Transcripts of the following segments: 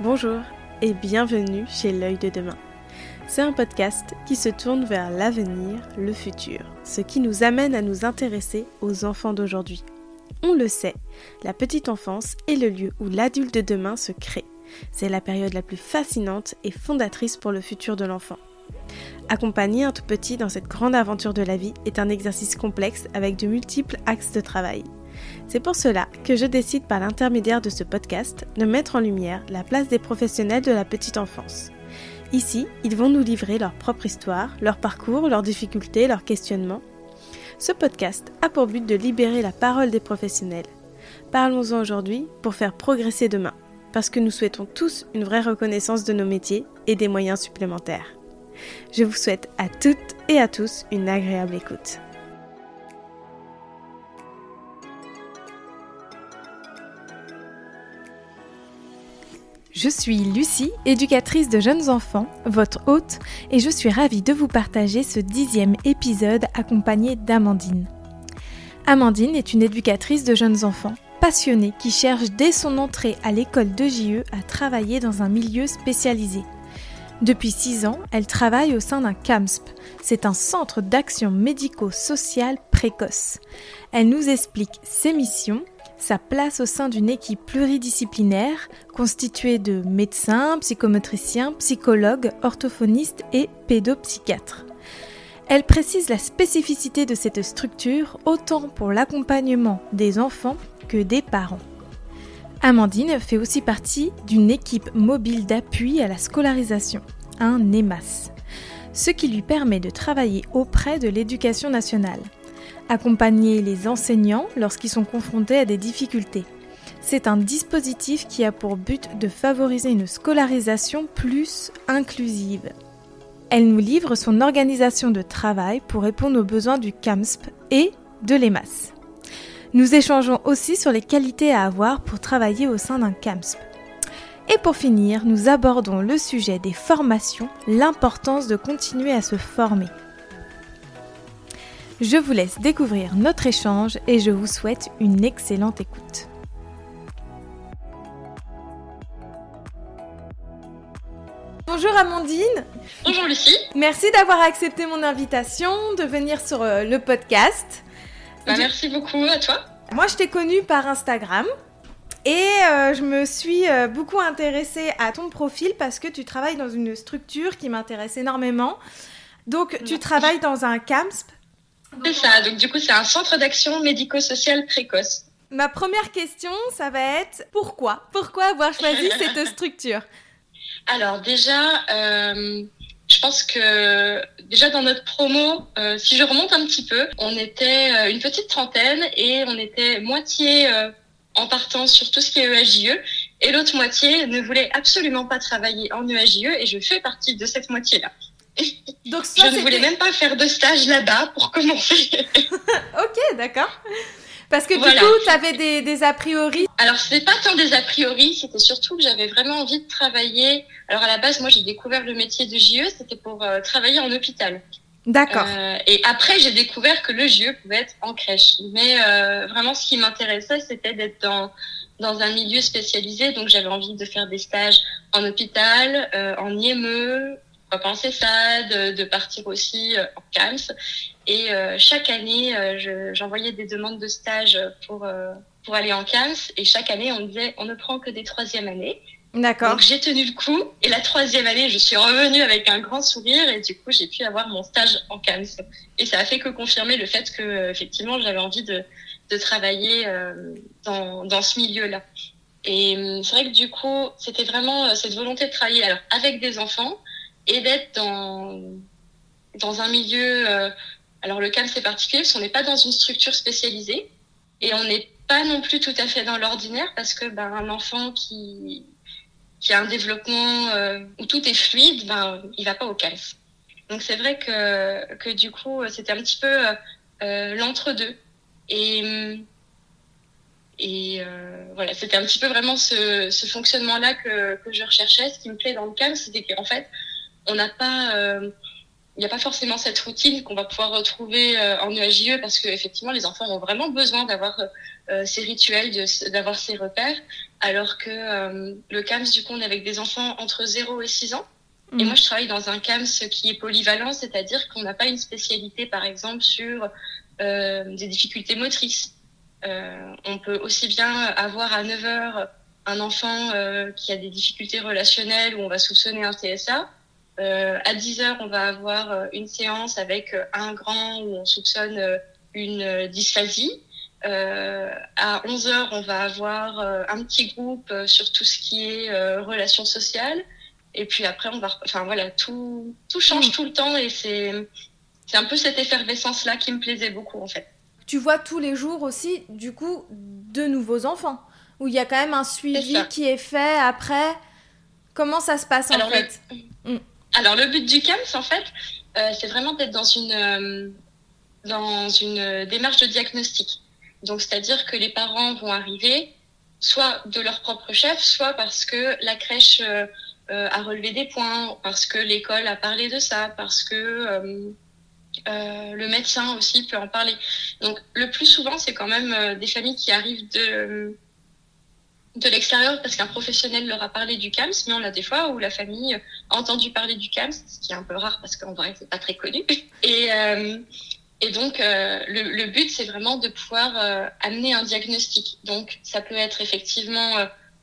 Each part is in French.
Bonjour et bienvenue chez L'œil de demain. C'est un podcast qui se tourne vers l'avenir, le futur, ce qui nous amène à nous intéresser aux enfants d'aujourd'hui. On le sait, la petite enfance est le lieu où l'adulte de demain se crée. C'est la période la plus fascinante et fondatrice pour le futur de l'enfant. Accompagner un tout petit dans cette grande aventure de la vie est un exercice complexe avec de multiples axes de travail. C'est pour cela que je décide par l'intermédiaire de ce podcast de mettre en lumière la place des professionnels de la petite enfance. Ici, ils vont nous livrer leur propre histoire, leur parcours, leurs difficultés, leurs questionnements. Ce podcast a pour but de libérer la parole des professionnels. Parlons-en aujourd'hui pour faire progresser demain, parce que nous souhaitons tous une vraie reconnaissance de nos métiers et des moyens supplémentaires. Je vous souhaite à toutes et à tous une agréable écoute. Je suis Lucie, éducatrice de jeunes enfants, votre hôte, et je suis ravie de vous partager ce 10e épisode accompagné d'Amandine. Amandine est une éducatrice de jeunes enfants, passionnée qui cherche dès son entrée à l'école de JE à travailler dans un milieu spécialisé. Depuis 6 ans, elle travaille au sein d'un CAMSP, c'est un centre d'action médico-sociale précoce. Elle nous explique ses missions, sa place au sein d'une équipe pluridisciplinaire constituée de médecins, psychomotriciens, psychologues, orthophonistes et pédopsychiatres. Elle précise la spécificité de cette structure autant pour l'accompagnement des enfants que des parents. Amandine fait aussi partie d'une équipe mobile d'appui à la scolarisation, un EMAS, ce qui lui permet de travailler auprès de l'éducation nationale. Accompagner les enseignants lorsqu'ils sont confrontés à des difficultés. C'est un dispositif qui a pour but de favoriser une scolarisation plus inclusive. Elle nous livre son organisation de travail pour répondre aux besoins du CAMSP et de l'EMAS. Nous échangeons aussi sur les qualités à avoir pour travailler au sein d'un CAMSP. Et pour finir, nous abordons le sujet des formations, l'importance de continuer à se former. Je vous laisse découvrir notre échange et je vous souhaite une excellente écoute. Bonjour Amandine. Bonjour Lucie. Merci d'avoir accepté mon invitation de venir sur le podcast. Merci beaucoup à toi. Moi je t'ai connue par Instagram et je me suis beaucoup intéressée à ton profil parce que tu travailles dans une structure qui m'intéresse énormément. Donc tu travailles dans un CAMSP. C'est ça, donc du coup c'est un centre d'action médico-social précoce. Ma première question, ça va être pourquoi avoir choisi cette structure? Alors déjà, je pense que déjà dans notre promo, si je remonte un petit peu, on était une petite trentaine et on était moitié en partant sur tout ce qui est EAJE et l'autre moitié ne voulait absolument pas travailler en EAJE et je fais partie de cette moitié-là. Donc, je ne voulais même pas faire de stage là-bas pour commencer. Ok, d'accord. Parce que du coup, tu avais des a priori. Alors, ce n'est pas tant des a priori, c'était surtout que j'avais vraiment envie de travailler. Alors, à la base, moi, j'ai découvert le métier de JE, c'était pour travailler en hôpital. D'accord. Et après, j'ai découvert que le JE pouvait être en crèche. Mais vraiment, ce qui m'intéressait, c'était d'être dans un milieu spécialisé. Donc, j'avais envie de faire des stages en hôpital, en IME, en CESAD, de partir aussi en CAMS. Et chaque année, j'envoyais des demandes de stage pour aller en CAMS. Et chaque année, on me disait, on ne prend que des 3e années. D'accord. Donc, j'ai tenu le coup. Et la 3e année, je suis revenue avec un grand sourire. Et du coup, j'ai pu avoir mon stage en CAMS. Et ça a fait que confirmer le fait que, effectivement, j'avais envie de travailler dans ce milieu-là. Et c'est vrai que du coup, c'était vraiment cette volonté de travailler alors avec des enfants, et d'être dans un milieu... alors, le CAMS, c'est particulier parce qu'on n'est pas dans une structure spécialisée et on n'est pas non plus tout à fait dans l'ordinaire parce que un enfant qui a un développement où tout est fluide, il va pas au CAMS. Donc, c'est vrai que du coup, c'était un petit peu l'entre-deux. Et voilà, c'était un petit peu vraiment ce fonctionnement-là que je recherchais. Ce qui me plaît dans le CAMS, c'était qu'en fait, on n'a pas... il n'y a pas forcément cette routine qu'on va pouvoir retrouver en EAJE parce que effectivement les enfants ont vraiment besoin d'avoir ces rituels, d'avoir ces repères. alors que le CAMS, du coup, on est avec des enfants entre 0 et 6 ans. Et moi, je travaille dans un CAMS qui est polyvalent, c'est-à-dire qu'on n'a pas une spécialité, par exemple, sur des difficultés motrices. On peut aussi bien avoir à 9 heures un enfant qui a des difficultés relationnelles où on va soupçonner un TSA. À 10 heures, on va avoir une séance avec un grand où on soupçonne une dysphasie. À 11 heures, on va avoir un petit groupe sur tout ce qui est relations sociales. Et puis après, enfin voilà, tout change tout le temps et c'est un peu cette effervescence-là qui me plaisait beaucoup en fait. Tu vois tous les jours aussi, du coup, de nouveaux enfants, où il y a quand même un suivi qui est fait après. Comment ça se passe en fait? Alors le but du CAMS en fait, c'est vraiment d'être dans une démarche de diagnostic. Donc c'est-à-dire que les parents vont arriver soit de leur propre chef, soit parce que la crèche a relevé des points, parce que l'école a parlé de ça, parce que le médecin aussi peut en parler. Donc le plus souvent, c'est quand même des familles qui arrivent de l'extérieur parce qu'un professionnel leur a parlé du CAMS, mais on a des fois où la famille a entendu parler du CAMS, ce qui est un peu rare parce qu'en vrai, c'est pas très connu. Et donc, le but, c'est vraiment de pouvoir amener un diagnostic. Donc, ça peut être effectivement,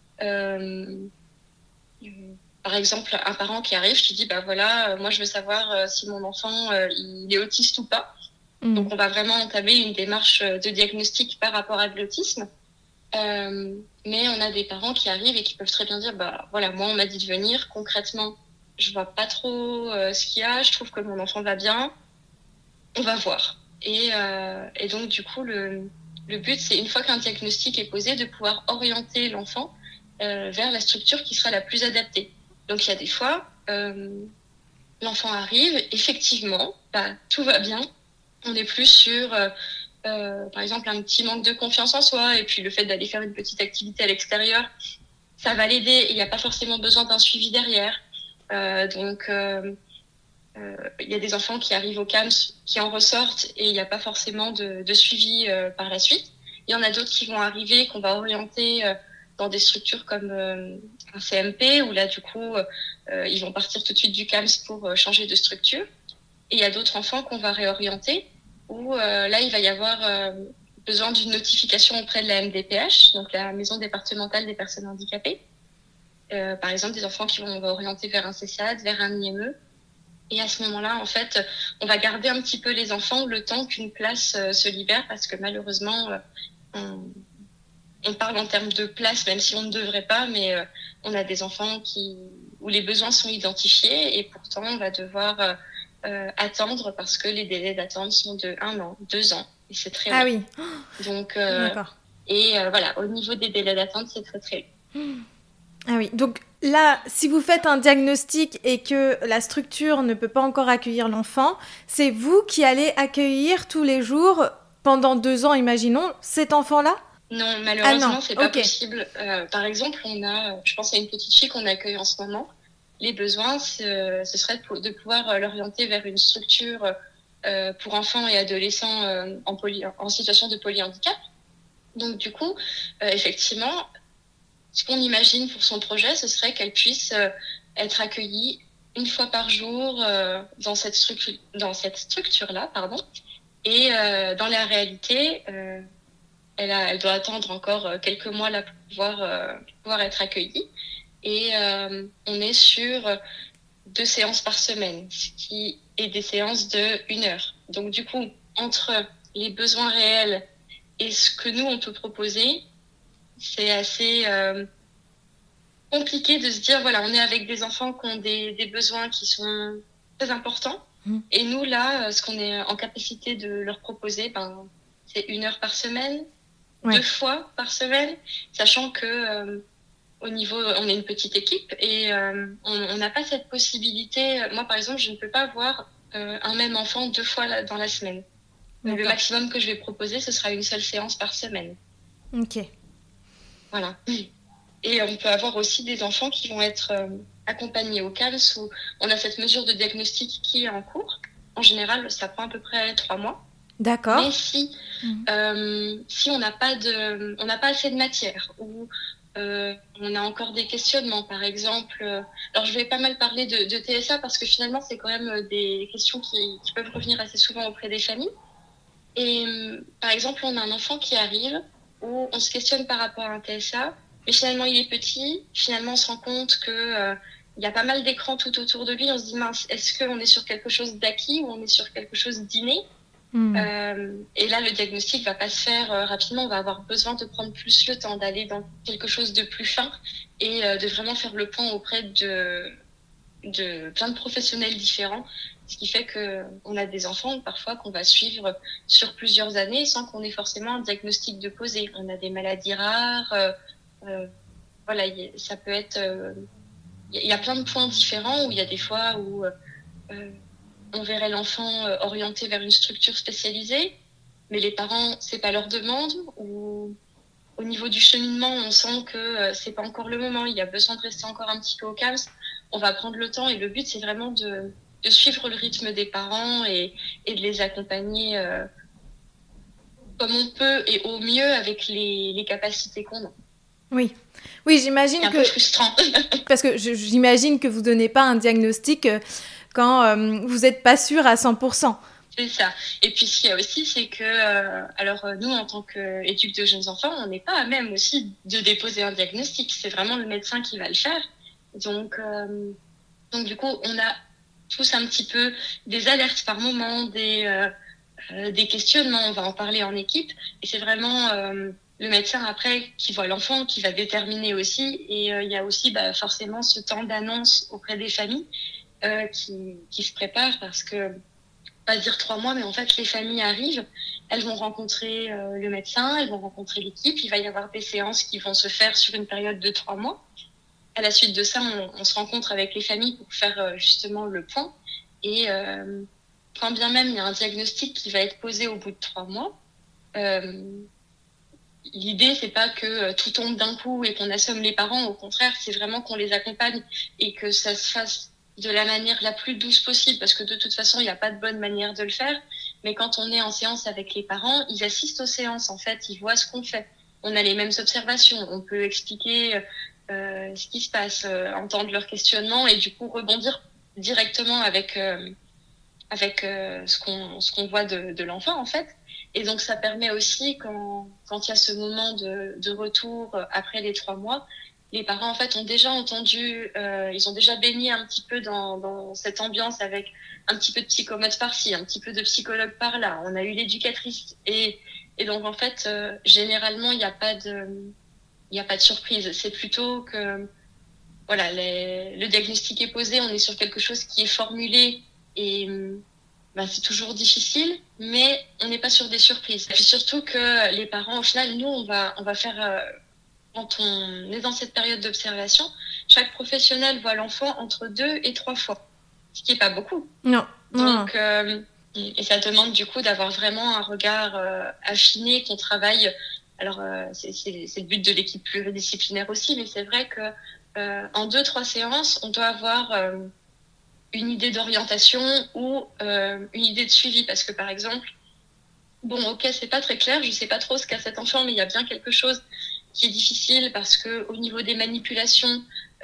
par exemple, un parent qui arrive, qui dit, bah voilà, moi, je veux savoir si mon enfant, il est autiste ou pas. Donc, on va vraiment entamer une démarche de diagnostic par rapport à de l'autisme. Mais on a des parents qui arrivent et qui peuvent très bien dire, bah voilà, moi, on m'a dit de venir. Concrètement, je vois pas trop ce qu'il y a. Je trouve que mon enfant va bien. On va voir. Et donc, du coup, le but, c'est une fois qu'un diagnostic est posé, de pouvoir orienter l'enfant vers la structure qui sera la plus adaptée. Donc, il y a des fois, l'enfant arrive, effectivement, bah, tout va bien. On est plus sur, par exemple, un petit manque de confiance en soi, et puis le fait d'aller faire une petite activité à l'extérieur, ça va l'aider. Il n'y a pas forcément besoin d'un suivi derrière. Donc, il y a des enfants qui arrivent au CAMS, qui en ressortent et il n'y a pas forcément de suivi par la suite. Il y en a d'autres qui vont arriver, qu'on va orienter dans des structures comme un CMP, où là, du coup, ils vont partir tout de suite du CAMS pour changer de structure. Et il y a d'autres enfants qu'on va réorienter, où là, il va y avoir besoin d'une notification auprès de la MDPH, donc la Maison départementale des personnes handicapées. Par exemple, des enfants on va orienter vers un CSAD, vers un IME. Et à ce moment-là, en fait, on va garder un petit peu les enfants le temps qu'une place se libère, parce que malheureusement, on parle en termes de place, même si on ne devrait pas, mais on a des enfants où les besoins sont identifiés et pourtant on va devoir attendre parce que les délais d'attente sont de 1 an, 2 ans. Et c'est très long. Ah oui. Donc, d'accord. Et voilà, au niveau des délais d'attente, c'est très très long. Ah oui, donc là, si vous faites un diagnostic et que la structure ne peut pas encore accueillir l'enfant, c'est vous qui allez accueillir tous les jours, pendant 2 ans, imaginons, cet enfant-là ? Non, malheureusement, c'est pas possible. Par exemple, je pense à une petite fille qu'on accueille en ce moment. Les besoins, ce serait de pouvoir l'orienter vers une structure pour enfants et adolescents en situation de polyhandicap. Donc, du coup, effectivement, ce qu'on imagine pour son projet, ce serait qu'elle puisse être accueillie 1 fois par jour dans cette structure-là, pardon. Et dans la réalité, elle doit attendre encore quelques mois là pour pouvoir être accueillie. Et on est sur 2 séances par semaine, ce qui est des séances de 1 heure. Donc du coup, entre les besoins réels et ce que nous, on peut proposer, c'est assez compliqué de se dire, voilà, on est avec des enfants qui ont des besoins qui sont très importants. Et nous, là, ce qu'on est en capacité de leur proposer, c'est 1 heure par semaine, 2 fois par semaine, sachant que au niveau, on est une petite équipe et on n'a pas cette possibilité. Moi, par exemple, je ne peux pas voir un même enfant 2 fois dans la semaine. Le maximum que je vais proposer, ce sera 1 seule séance par semaine. Ok. Voilà. Et on peut avoir aussi des enfants qui vont être accompagnés au CAMS où on a cette mesure de diagnostic qui est en cours. En général, ça prend à peu près 3 mois. D'accord. Mais si on n'a pas assez de matière ou on a encore des questionnements, par exemple. Alors, je vais pas mal parler de TSA parce que finalement, c'est quand même des questions qui peuvent revenir assez souvent auprès des familles. Et par exemple, on a un enfant qui arrive où on se questionne par rapport à un TSA, mais finalement, il est petit. Finalement, on se rend compte que il y a pas mal d'écrans tout autour de lui. On se dit, mince, est-ce qu'on est sur quelque chose d'acquis ou on est sur quelque chose d'inné? Et là, le diagnostic va pas se faire rapidement. On va avoir besoin de prendre plus le temps, d'aller dans quelque chose de plus fin et de vraiment faire le point auprès de plein de professionnels différents. Ce qui fait que on a des enfants parfois qu'on va suivre sur plusieurs années sans qu'on ait forcément un diagnostic de posé. On a des maladies rares. Voilà, ça peut être. Il y a plein de points différents où il y a des fois où on verrait l'enfant orienté vers une structure spécialisée, mais les parents, c'est pas leur demande, ou au niveau du cheminement, on sent que c'est pas encore le moment, il y a besoin de rester encore un petit peu au calme. On va prendre le temps et le but, c'est vraiment de suivre le rythme des parents et de les accompagner comme on peut et au mieux avec les capacités qu'on a. Oui, j'imagine c'est un peu frustrant. Parce que j'imagine que vous donnez pas un diagnostic quand vous n'êtes pas sûr à 100%. C'est ça. Et puis, ce qu'il y a aussi, c'est que, nous, en tant qu'éduc de jeunes enfants, on n'est pas à même aussi de déposer un diagnostic. C'est vraiment le médecin qui va le faire. Donc du coup, on a tous un petit peu des alertes par moment, des questionnements. On va en parler en équipe. Et c'est vraiment le médecin, après, qui voit l'enfant, qui va déterminer aussi. Et il y a aussi forcément ce temps d'annonce auprès des familles qui se préparent parce que pas dire 3 mois, mais en fait, les familles arrivent, elles vont rencontrer le médecin, elles vont rencontrer l'équipe, il va y avoir des séances qui vont se faire sur une période de 3 mois. À la suite de ça, on se rencontre avec les familles pour faire justement le point. Et quand bien même il y a un diagnostic qui va être posé au bout de 3 mois, l'idée, c'est pas que tout tombe d'un coup et qu'on assomme les parents. Au contraire, c'est vraiment qu'on les accompagne et que ça se fasse de la manière la plus douce possible, parce que de toute façon, il n'y a pas de bonne manière de le faire. Mais quand on est en séance avec les parents, ils assistent aux séances, en fait, ils voient ce qu'on fait. On a les mêmes observations, on peut expliquer ce qui se passe, entendre leurs questionnements et du coup rebondir directement avec ce qu'on voit de l'enfant, en fait. Et donc, ça permet aussi, quand il y a ce moment de retour après les 3 mois, les parents, en fait, ont déjà entendu, ils ont déjà baigné un petit peu dans cette ambiance avec un petit peu de psychomote par-ci, un petit peu de psychologue par-là. On a eu l'éducatrice. Et donc, en fait, généralement, il n'y a pas de surprise. C'est plutôt que, voilà, le diagnostic est posé, on est sur quelque chose qui est formulé et c'est toujours difficile, mais on n'est pas sur des surprises. Et puis surtout que les parents, au final, nous, on va faire, quand on est dans cette période d'observation, chaque professionnel voit l'enfant entre 2 et 3 fois, ce qui n'est pas beaucoup. Non. Donc, et ça demande du coup d'avoir vraiment un regard affiné, qu'on travaille. Alors, c'est le but de l'équipe pluridisciplinaire aussi, mais c'est vrai que en 2-3 séances, on doit avoir une idée d'orientation ou une idée de suivi, parce que par exemple, bon, ok, c'est pas très clair, je sais pas trop ce qu'a cet enfant, mais il y a bien quelque chose qui est difficile parce que au niveau des manipulations,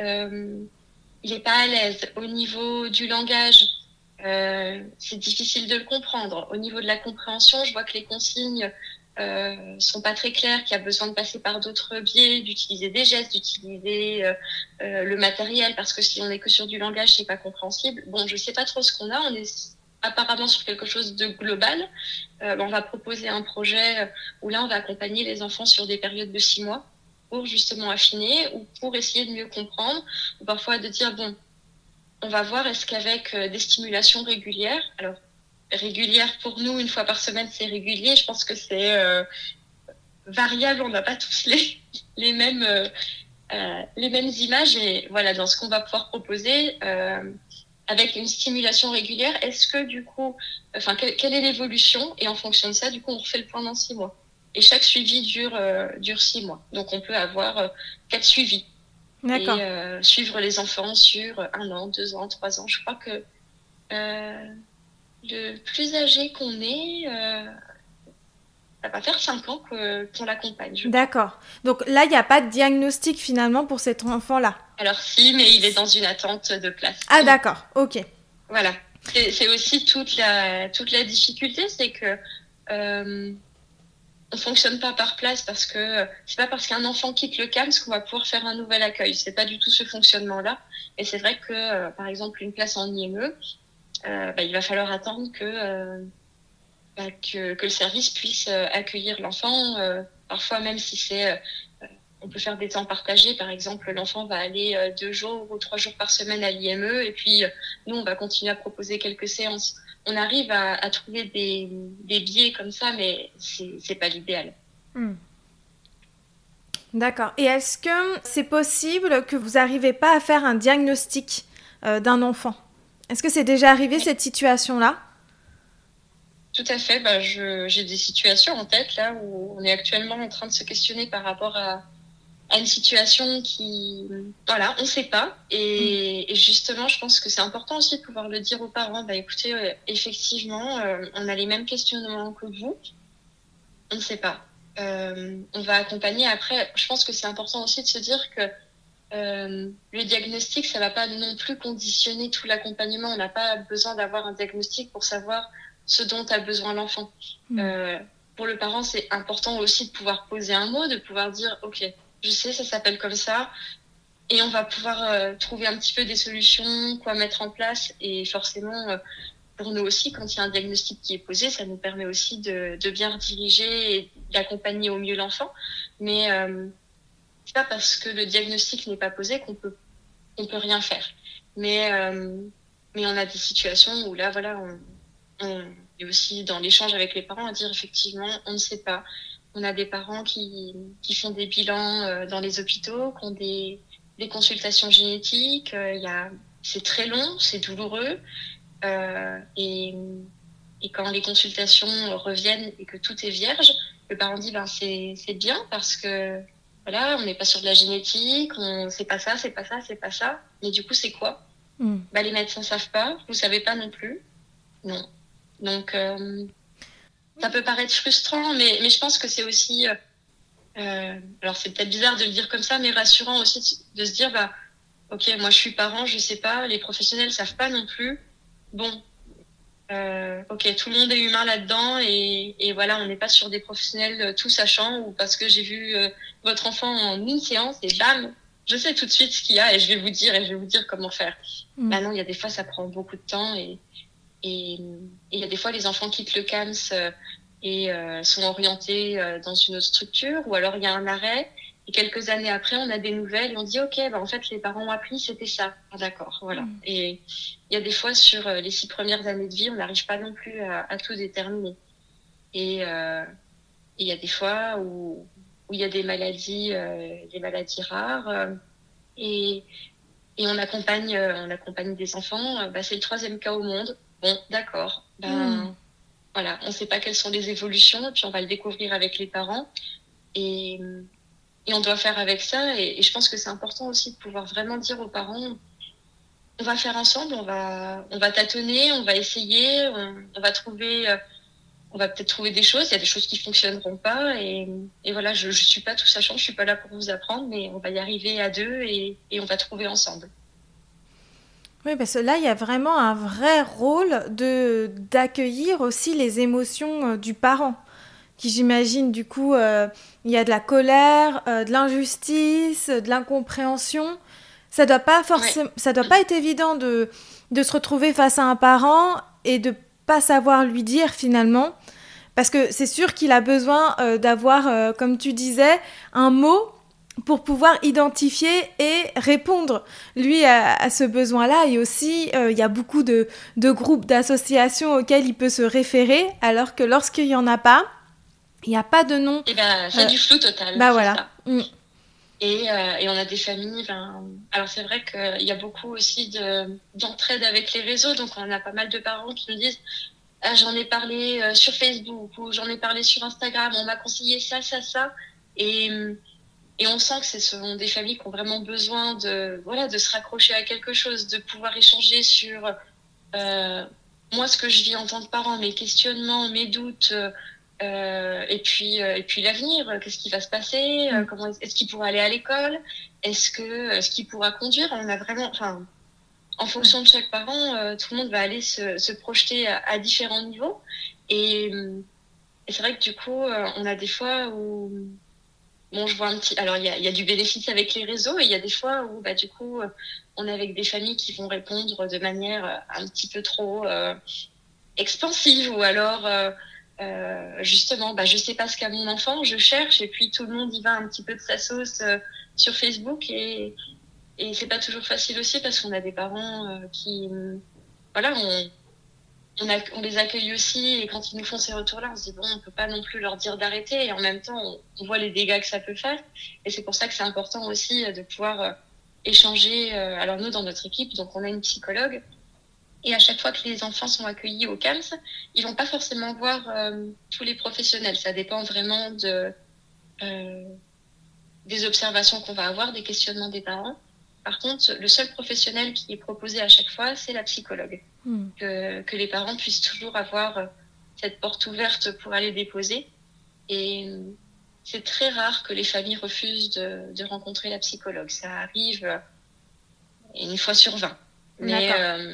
il est pas à l'aise. Au niveau du langage, c'est difficile de le comprendre. Au niveau de la compréhension, je vois que les consignes sont pas très claires, qu'il y a besoin de passer par d'autres biais, d'utiliser des gestes, d'utiliser le matériel, parce que si on n'est que sur du langage, c'est pas compréhensible. Bon, je sais pas trop ce qu'on a. On est apparemment sur quelque chose de global. On va proposer un projet où là, on va accompagner les enfants sur des périodes de 6 mois pour justement affiner ou pour essayer de mieux comprendre, ou parfois de dire, bon, on va voir est-ce qu'avec des stimulations régulières, alors régulière pour nous, 1 fois par semaine, c'est régulier. Je pense que c'est variable. On n'a pas tous les mêmes images. Et voilà, dans ce qu'on va pouvoir proposer, avec une stimulation régulière, est-ce que du coup, quelle est l'évolution? Et en fonction de ça, du coup, on refait le point dans 6 mois. Et chaque suivi dure 6 mois. Donc, on peut avoir 4 suivis. D'accord. Et suivre les enfants sur 1 an, 2 ans, 3 ans. Je crois que le plus âgé qu'on est, ça va faire 5 ans qu'on l'accompagne. D'accord. Donc là, il n'y a pas de diagnostic finalement pour cet enfant-là. Alors si, mais il est dans une attente de place. Ah d'accord, ok. Voilà. C'est aussi toute la difficulté, c'est que on fonctionne pas par place, parce que c'est pas parce qu'un enfant quitte le CAMS qu'on va pouvoir faire un nouvel accueil. C'est pas du tout ce fonctionnement-là. Et c'est vrai que par exemple une place en IME, il va falloir attendre que le service puisse accueillir l'enfant. Parfois même si on peut faire des temps partagés. Par exemple, l'enfant va aller 2 jours ou 3 jours par semaine à l'IME, et puis nous, on va continuer à proposer quelques séances. On arrive à trouver des biais comme ça, mais c'est pas l'idéal. D'accord. Et est-ce que c'est possible que vous n'arrivez pas à faire un diagnostic d'un enfant ? Est-ce que c'est déjà arrivé, cette situation-là ? Tout à fait. J'ai des situations en tête là où on est actuellement en train de se questionner par rapport à une situation qui, voilà, on sait pas. Et justement, je pense que c'est important aussi de pouvoir le dire aux parents. Écoutez, effectivement, on a les mêmes questionnements que vous. On ne sait pas. On va accompagner. Après, je pense que c'est important aussi de se dire que le diagnostic, ça va pas non plus conditionner tout l'accompagnement. On n'a pas besoin d'avoir un diagnostic pour savoir ce dont a besoin l'enfant. Pour le parent, c'est important aussi de pouvoir poser un mot, de pouvoir dire, ok, je sais, ça s'appelle comme ça, et on va pouvoir trouver un petit peu des solutions, quoi mettre en place. Et forcément, pour nous aussi, quand il y a un diagnostic qui est posé, ça nous permet aussi de bien rediriger et d'accompagner au mieux l'enfant. Mais c'est pas parce que le diagnostic n'est pas posé qu'on peut rien faire. Mais on a des situations où là, voilà, on est aussi dans l'échange avec les parents à dire effectivement, on ne sait pas. On a des parents qui font des bilans dans les hôpitaux, qui ont des consultations génétiques. C'est très long, c'est douloureux. Et quand les consultations reviennent et que tout est vierge, le parent dit c'est bien, parce que voilà, on n'est pas sur de la génétique, c'est pas ça, c'est pas ça, c'est pas ça. Mais du coup, c'est quoi ? Les médecins savent pas, vous savez pas non plus. Non. Donc ça peut paraître frustrant, mais je pense que c'est aussi alors c'est peut-être bizarre de le dire comme ça, mais rassurant aussi de se dire ok, moi je suis parent, je sais pas, les professionnels savent pas non plus. Bon, ok, tout le monde est humain là-dedans, et voilà, on n'est pas sur des professionnels tout sachants, ou parce que j'ai vu votre enfant en une séance et bam, je sais tout de suite ce qu'il y a et je vais vous dire comment faire. Non, il y a des fois ça prend beaucoup de temps, et il y a des fois les enfants quittent le CAMS et sont orientés dans une autre structure, ou alors il y a un arrêt. Et quelques années après, on a des nouvelles et on dit ok, en fait les parents ont appris, c'était ça. Ah, d'accord, voilà. Et il y a des fois sur les 6 premières années de vie, on n'arrive pas non plus à tout déterminer. Et il y a des fois où il y a des maladies rares, et on accompagne des enfants. C'est le 3e cas au monde. Bon, d'accord. Voilà, on ne sait pas quelles sont les évolutions, et puis on va le découvrir avec les parents. Et on doit faire avec ça. Et je pense que c'est important aussi de pouvoir vraiment dire aux parents, on va faire ensemble, on va tâtonner, on va essayer, on va trouver, on va peut-être trouver des choses. Il y a des choses qui fonctionneront pas, et voilà, je suis pas tout sachant, je suis pas là pour vous apprendre, mais on va y arriver à 2 et on va trouver ensemble. Oui, parce que là, il y a vraiment un vrai rôle d'accueillir aussi les émotions du parent, qui, j'imagine, du coup, il y a de la colère, de l'injustice, de l'incompréhension. Ça doit pas forcément, ça doit pas être évident de se retrouver face à un parent et de pas savoir lui dire finalement, parce que c'est sûr qu'il a besoin d'avoir, comme tu disais, un mot pour pouvoir identifier et répondre, lui, à ce besoin-là. Et aussi, il y a beaucoup de groupes, d'associations auxquels il peut se référer, alors que lorsqu'il n'y en a pas, il n'y a pas de nom. C'est du flou total. Voilà. Et on a des familles. Alors c'est vrai qu'il y a beaucoup aussi d'entraide avec les réseaux. Donc on a pas mal de parents qui nous disent j'en ai parlé sur Facebook, ou j'en ai parlé sur Instagram, on m'a conseillé ça. Et on sent que ce sont des familles qui ont vraiment besoin de se raccrocher à quelque chose, de pouvoir échanger sur moi, ce que je vis en tant que parent, mes questionnements, mes doutes, Et puis l'avenir, qu'est-ce qui va se passer, comment est-ce qu'il pourra aller à l'école, est-ce qu'il pourra conduire. On a vraiment, enfin, en fonction de chaque parent, tout le monde va aller se projeter à différents niveaux. Et c'est vrai que du coup, on a des fois où, bon, je vois un petit. Alors, il y a du bénéfice avec les réseaux, et il y a des fois où, du coup, on est avec des familles qui vont répondre de manière un petit peu trop expansive, ou alors, justement, je sais pas ce qu'a mon enfant, je cherche, et puis tout le monde y va un petit peu de sa sauce sur Facebook, et c'est pas toujours facile aussi, parce qu'on a des parents qui, voilà, on les accueille aussi, et quand ils nous font ces retours-là, on se dit bon, on peut pas non plus leur dire d'arrêter, et en même temps, on voit les dégâts que ça peut faire. Et c'est pour ça que c'est important aussi de pouvoir échanger. Alors nous, dans notre équipe, donc on a une psychologue, et à chaque fois que les enfants sont accueillis au CAMS, ils vont pas forcément voir tous les professionnels. Ça dépend vraiment des observations qu'on va avoir, des questionnements des parents. Par contre, le seul professionnel qui est proposé à chaque fois, c'est la psychologue. Que les parents puissent toujours avoir cette porte ouverte pour aller déposer. Et c'est très rare que les familles refusent de rencontrer la psychologue. Ça arrive une fois sur 20. Mais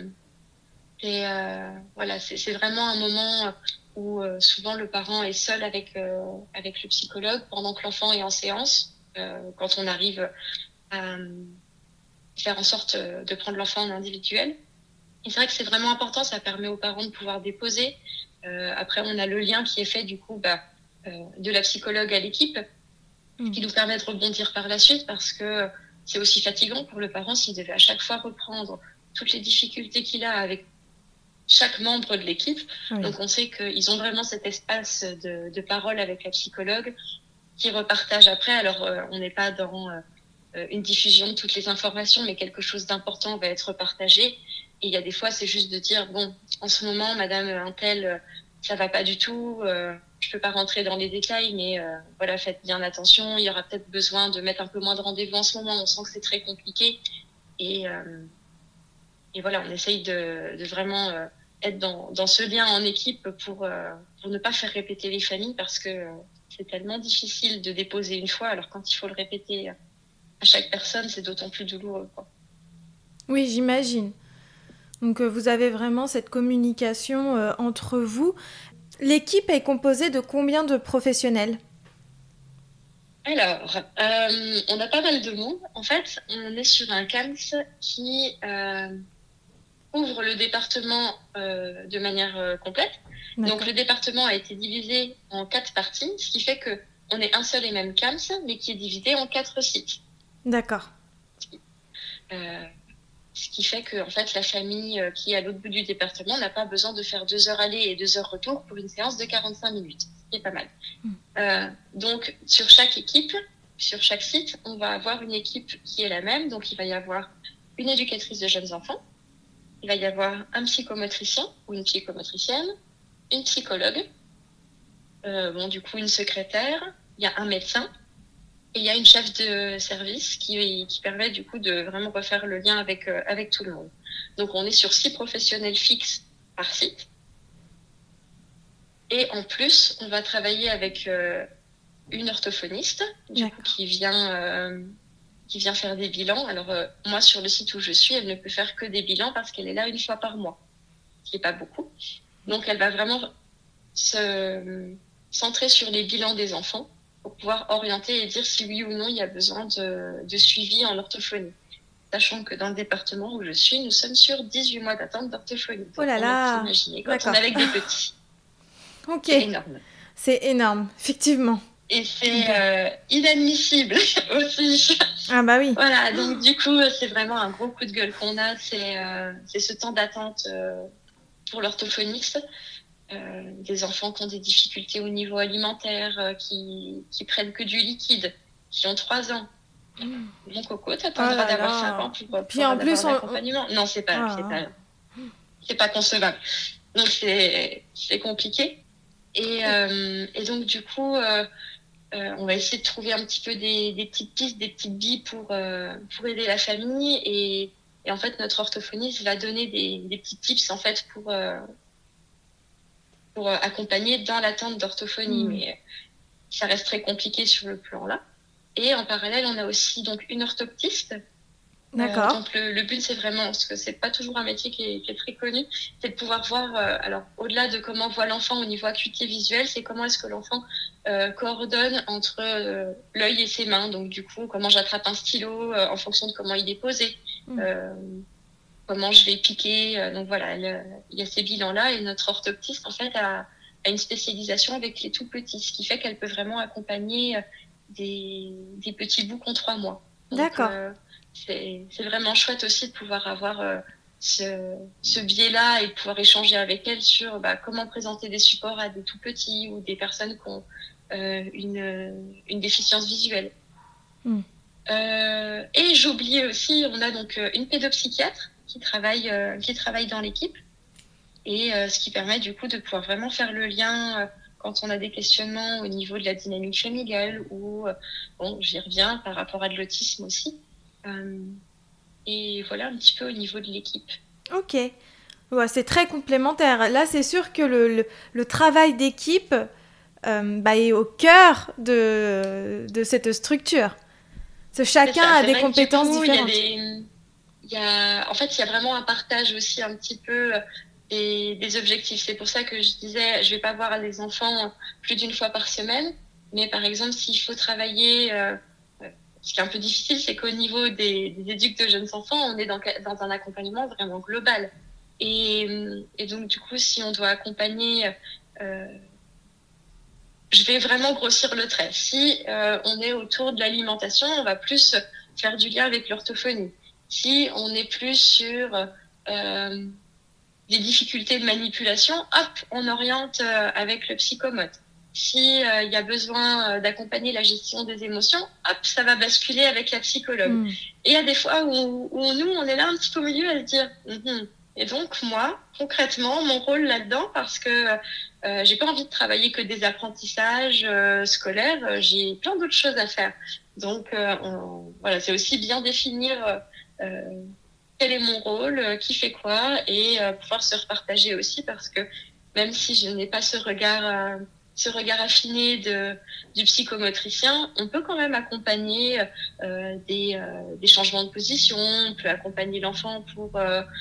voilà, c'est vraiment un moment où souvent le parent est seul avec le psychologue pendant que l'enfant est en séance. Quand on arrive à faire en sorte de prendre l'enfant en individuel. Et c'est vrai que c'est vraiment important, ça permet aux parents de pouvoir déposer. Après, on a le lien qui est fait du coup de la psychologue à l'équipe, qui nous permet de rebondir par la suite, parce que c'est aussi fatigant pour le parent s'il devait à chaque fois reprendre toutes les difficultés qu'il a avec chaque membre de l'équipe. Oui. Donc on sait qu'ils ont vraiment cet espace de parole avec la psychologue qui repartage après. Alors on n'est pas dans une diffusion de toutes les informations, mais quelque chose d'important va être partagé. Et il y a des fois, c'est juste de dire, bon, en ce moment, madame Untel, ça va pas du tout, je peux pas rentrer dans les détails, mais voilà, faites bien attention, il y aura peut-être besoin de mettre un peu moins de rendez-vous en ce moment, on sent que c'est très compliqué. Et voilà, on essaye de vraiment être dans ce lien en équipe pour ne pas faire répéter les familles, parce que c'est tellement difficile de déposer une fois, alors quand il faut le répéter à chaque personne, c'est d'autant plus douloureux, quoi. Oui, j'imagine. Donc vous avez vraiment cette communication entre vous. L'équipe est composée de combien de professionnels ? Alors, on a pas mal de monde. En fait, on est sur un CAMS qui ouvre le département de manière complète. D'accord. Donc le département a été divisé en 4 parties, ce qui fait qu'on est un seul et même CAMS, mais qui est divisé en 4 sites. D'accord. Ce qui fait que en fait, la famille qui est à l'autre bout du département n'a pas besoin de faire 2 heures aller et 2 heures retour pour une séance de 45 minutes, ce qui est pas mal. Donc, sur chaque équipe, sur chaque site, on va avoir une équipe qui est la même. Donc, il va y avoir une éducatrice de jeunes enfants, il va y avoir un psychomotricien ou une psychomotricienne, une psychologue, du coup, une secrétaire, il y a un médecin, et il y a une chef de service qui permet du coup de vraiment refaire le lien avec tout le monde. Donc on est sur 6 professionnels fixes par site. Et en plus, on va travailler avec une orthophoniste du coup, qui vient faire des bilans. Alors moi, sur le site où je suis, elle ne peut faire que des bilans parce qu'elle est là une fois par mois, ce qui n'est pas beaucoup. Donc elle va vraiment se centrer sur les bilans des enfants pour pouvoir orienter et dire si oui ou non il y a besoin de suivi en orthophonie. Sachant que dans le département où je suis, nous sommes sur 18 mois d'attente d'orthophonie. Donc, oh là là, imaginez quand on est avec des petits. Ok. C'est énorme. C'est énorme, effectivement. Et c'est inadmissible aussi. Ah bah oui. Voilà, donc du coup, c'est vraiment un gros coup de gueule qu'on a. C'est ce temps d'attente pour l'orthophoniste. Des enfants qui ont des difficultés au niveau alimentaire, qui prennent que du liquide, qui ont 3 ans. Mon coco, t'attendras d'avoir 5 ans pour puis en plus, l'accompagnement. Non, c'est pas concevable. Donc c'est compliqué. Et donc du coup, on va essayer de trouver un petit peu des petites pistes, des petites billes pour aider la famille. Et en fait, notre orthophoniste va donner des petits tips en fait pour pour accompagner dans l'attente d'orthophonie. Mais ça reste très compliqué sur le plan là. Et en parallèle, on a aussi donc une orthoptiste. D'accord. Donc le but, c'est vraiment, parce que c'est pas toujours un métier qui est très connu, c'est de pouvoir voir, alors au-delà de comment voit l'enfant au niveau acuité visuelle, c'est comment est-ce que l'enfant coordonne entre l'œil et ses mains. Donc du coup, comment j'attrape un stylo en fonction de comment il est posé, comment je vais piquer. Donc voilà, il y a ces bilans-là, et notre orthoptiste, en fait, a une spécialisation avec les tout petits, ce qui fait qu'elle peut vraiment accompagner des petits bouts en 3 mois. Donc, d'accord. C'est vraiment chouette aussi de pouvoir avoir ce biais-là et de pouvoir échanger avec elle sur comment présenter des supports à des tout petits ou des personnes qui ont une déficience visuelle. Et j'oubliais aussi, on a donc une pédopsychiatre qui travaille dans l'équipe, et ce qui permet du coup de pouvoir vraiment faire le lien quand on a des questionnements au niveau de la dynamique familiale ou, j'y reviens, par rapport à de l'autisme aussi. Et voilà un petit peu au niveau de l'équipe. Ok, ouais, c'est très complémentaire. Là, c'est sûr que le travail d'équipe est au cœur de cette structure. Chacun a des compétences différentes. En fait, il y a vraiment un partage aussi un petit peu des objectifs. C'est pour ça que je disais, je vais pas voir les enfants plus d'une fois par semaine, mais par exemple, s'il faut travailler... ce qui est un peu difficile, c'est qu'au niveau des éducs de jeunes enfants, on est dans un accompagnement vraiment global. Et donc, du coup, si on doit accompagner... je vais vraiment grossir le trait. Si on est autour de l'alimentation, on va plus faire du lien avec l'orthophonie. Si on est plus sur des difficultés de manipulation, hop, on oriente avec le psychomote. Si y a besoin d'accompagner la gestion des émotions, hop, ça va basculer avec la psychologue. Et il y a des fois où nous, on est là un petit peu au milieu à se dire et donc moi, concrètement, mon rôle là-dedans, parce que j'ai pas envie de travailler que des apprentissages scolaires, j'ai plein d'autres choses à faire. Donc voilà, c'est aussi bien définir quel est mon rôle, qui fait quoi, et pouvoir se repartager aussi, parce que même si je n'ai pas ce regard affiné du psychomotricien, on peut quand même accompagner des changements de position, on peut accompagner l'enfant pour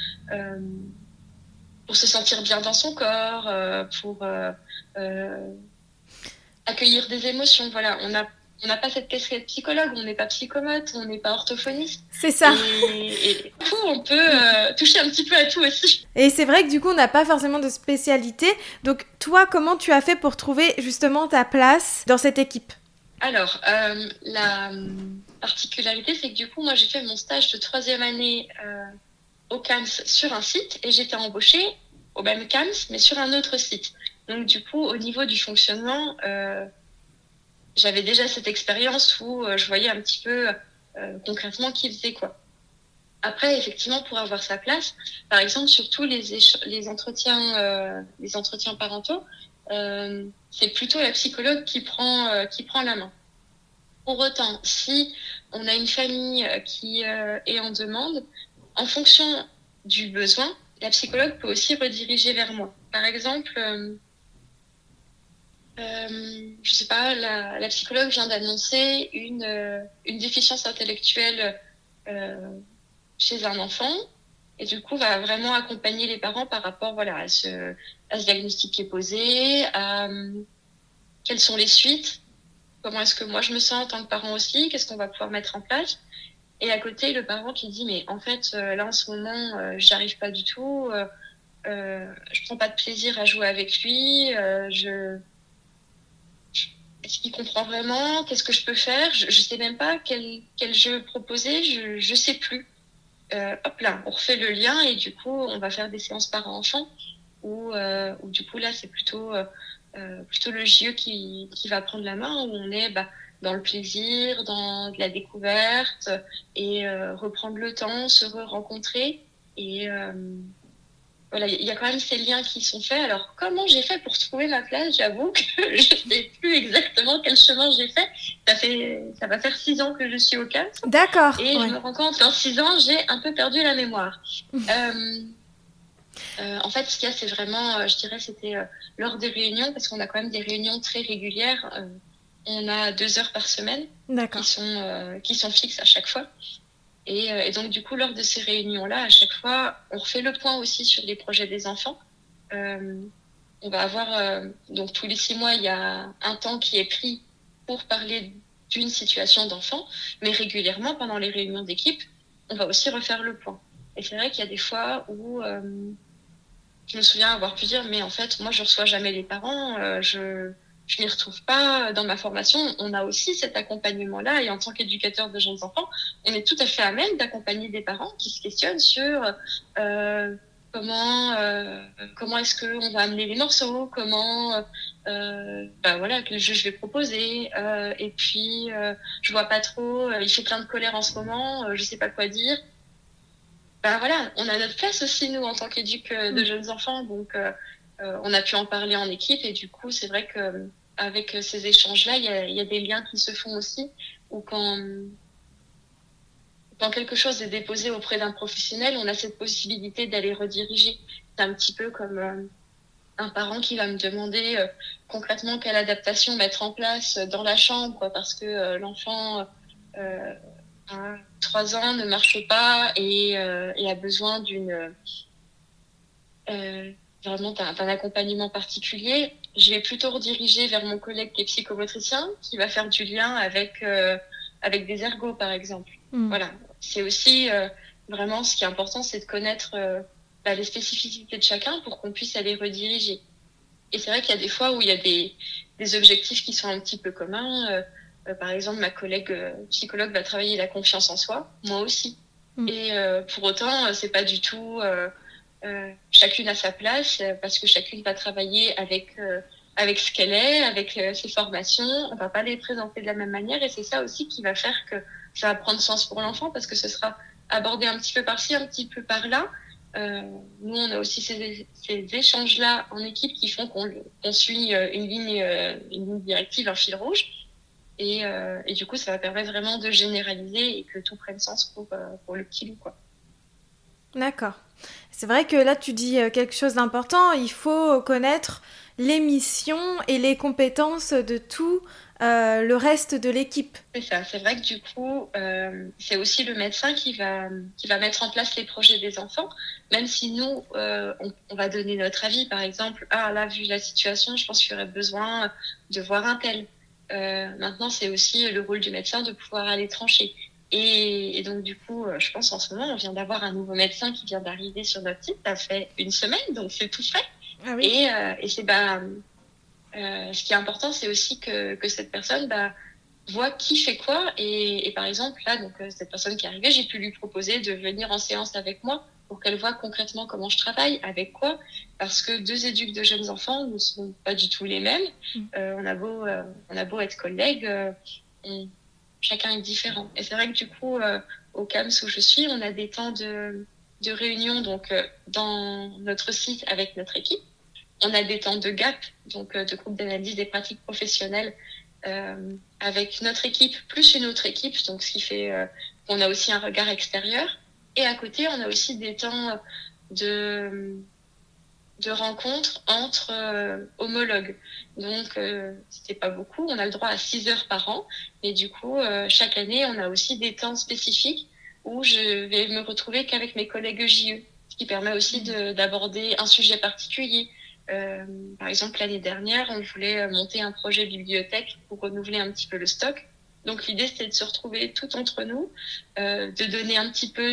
se sentir bien dans son corps, pour accueillir des émotions. Voilà, on n'a pas cette casquette psychologue, on n'est pas psychomote, on n'est pas orthophoniste. C'est ça. Et du coup, on peut toucher un petit peu à tout aussi. Et c'est vrai que du coup, on n'a pas forcément de spécialité. Donc toi, comment tu as fait pour trouver justement ta place dans cette équipe ? Alors, la particularité, c'est que du coup, moi, j'ai fait mon stage de 3e année au CAMS sur un site, et j'étais embauchée au même CAMS, mais sur un autre site. Donc, du coup, au niveau du fonctionnement, j'avais déjà cette expérience où je voyais un petit peu concrètement qui faisait quoi. Après, effectivement, pour avoir sa place, par exemple, surtout les entretiens parentaux, c'est plutôt la psychologue qui prend la main. Pour autant, si on a une famille qui est en demande, en fonction du besoin, la psychologue peut aussi rediriger vers moi. Par exemple, je sais pas, la psychologue vient d'annoncer une déficience intellectuelle chez un enfant, et du coup va vraiment accompagner les parents par rapport à ce diagnostic qui est posé, à quelles sont les suites, comment est-ce que moi je me sens en tant que parent aussi, qu'est-ce qu'on va pouvoir mettre en place. Et à côté, le parent qui dit mais en fait là en ce moment j'y arrive pas du tout, je prends pas de plaisir à jouer avec lui, est-ce qu'il comprend vraiment, qu'est-ce que je peux faire, je sais même pas quel jeu proposer, je sais plus. Hop là, on refait le lien, et du coup on va faire des séances parent-enfant où du coup là c'est plutôt le JE qui va prendre la main, où on est dans le plaisir, dans de la découverte, et reprendre le temps, se rencontrer, et voilà, il y a quand même ces liens qui sont faits. Alors, comment j'ai fait pour trouver ma place ? J'avoue que je ne sais plus exactement quel chemin j'ai fait. Ça va faire 6 ans que je suis au CAMS. D'accord. Et je me rends compte qu'en 6 ans, j'ai un peu perdu la mémoire. En fait, ce qu'il y a, c'est vraiment, je dirais, c'était lors des réunions, parce qu'on a quand même des réunions très régulières. On a 2 heures par semaine qui sont fixes à chaque fois. Et donc, du coup, lors de ces réunions-là, à chaque fois, on refait le point aussi sur les projets des enfants. On va avoir, donc tous les 6 mois, il y a un temps qui est pris pour parler d'une situation d'enfant, mais régulièrement, pendant les réunions d'équipe, on va aussi refaire le point. Et c'est vrai qu'il y a des fois où je me souviens avoir pu dire, mais en fait, moi, je reçois jamais les parents, je m'y retrouve pas dans ma formation. On a aussi cet accompagnement-là, et en tant qu'éducateur de jeunes enfants, on est tout à fait à même d'accompagner des parents qui se questionnent sur comment est-ce qu'on va amener les morceaux, voilà, quel jeu je vais proposer, et puis je vois pas trop, il fait plein de colère en ce moment, je sais pas quoi dire. Voilà, on a notre place aussi, nous, en tant qu'éduc de jeunes enfants, donc on a pu en parler en équipe, et du coup, c'est vrai que avec ces échanges-là, il y a des liens qui se font aussi, ou quand quelque chose est déposé auprès d'un professionnel, on a cette possibilité d'aller rediriger. C'est un petit peu comme un parent qui va me demander concrètement quelle adaptation mettre en place dans la chambre, parce que l'enfant à 3 ans ne marche pas et a besoin vraiment d'un accompagnement particulier. Je vais plutôt rediriger vers mon collègue qui est psychomotricien, qui va faire du lien avec des ergos, par exemple. Voilà. C'est aussi vraiment ce qui est important, c'est de connaître les spécificités de chacun pour qu'on puisse aller rediriger. Et c'est vrai qu'il y a des fois où il y a des objectifs qui sont un petit peu communs. Par exemple, ma collègue psychologue va travailler la confiance en soi, moi aussi. Et pour autant, c'est pas du tout chacune à sa place, parce que chacune va travailler avec ce qu'elle est, avec ses formations. On va pas les présenter de la même manière, et c'est ça aussi qui va faire que ça va prendre sens pour l'enfant, parce que ce sera abordé un petit peu par-ci, un petit peu par-là. Nous, on a aussi ces échanges-là en équipe qui font qu'on suit une ligne directive, un fil rouge. Et du coup, ça va permettre vraiment de généraliser et que tout prenne sens pour le petit loup, quoi. D'accord. C'est vrai que là, tu dis quelque chose d'important. Il faut connaître les missions et les compétences de tout le reste de l'équipe. C'est ça. C'est vrai que du coup, c'est aussi le médecin qui va mettre en place les projets des enfants, même si nous, on va donner notre avis. Par exemple, là, vu la situation, je pense qu'il y aurait besoin de voir un tel. Maintenant, c'est aussi le rôle du médecin de pouvoir aller trancher. Et donc, du coup, je pense en ce moment, on vient d'avoir un nouveau médecin qui vient d'arriver sur notre site. Ça fait 1 semaine, donc c'est tout frais. Ah oui. Et c'est ce qui est important, c'est aussi que cette personne voit qui fait quoi. Et par exemple, là, donc cette personne qui est arrivée, j'ai pu lui proposer de venir en séance avec moi pour qu'elle voit concrètement comment je travaille, avec quoi. Parce que 2 éducs de jeunes enfants ne sont pas du tout les mêmes. On a beau être collègues, chacun est différent. Et c'est vrai que du coup, au CAMS où je suis, on a des temps de réunion donc dans notre site avec notre équipe. On a des temps de GAP, donc de groupe d'analyse des pratiques professionnelles, avec notre équipe plus une autre équipe, donc ce qui fait qu'on a aussi un regard extérieur. Et à côté, on a aussi des temps de rencontres entre homologues. Donc, c'était pas beaucoup. On a le droit à 6 heures par an. Mais du coup, chaque année, on a aussi des temps spécifiques où je vais me retrouver qu'avec mes collègues JE, ce qui permet aussi d'aborder un sujet particulier. Par exemple, l'année dernière, on voulait monter un projet bibliothèque pour renouveler un petit peu le stock. Donc, l'idée, c'était de se retrouver tout entre nous, de donner un petit peu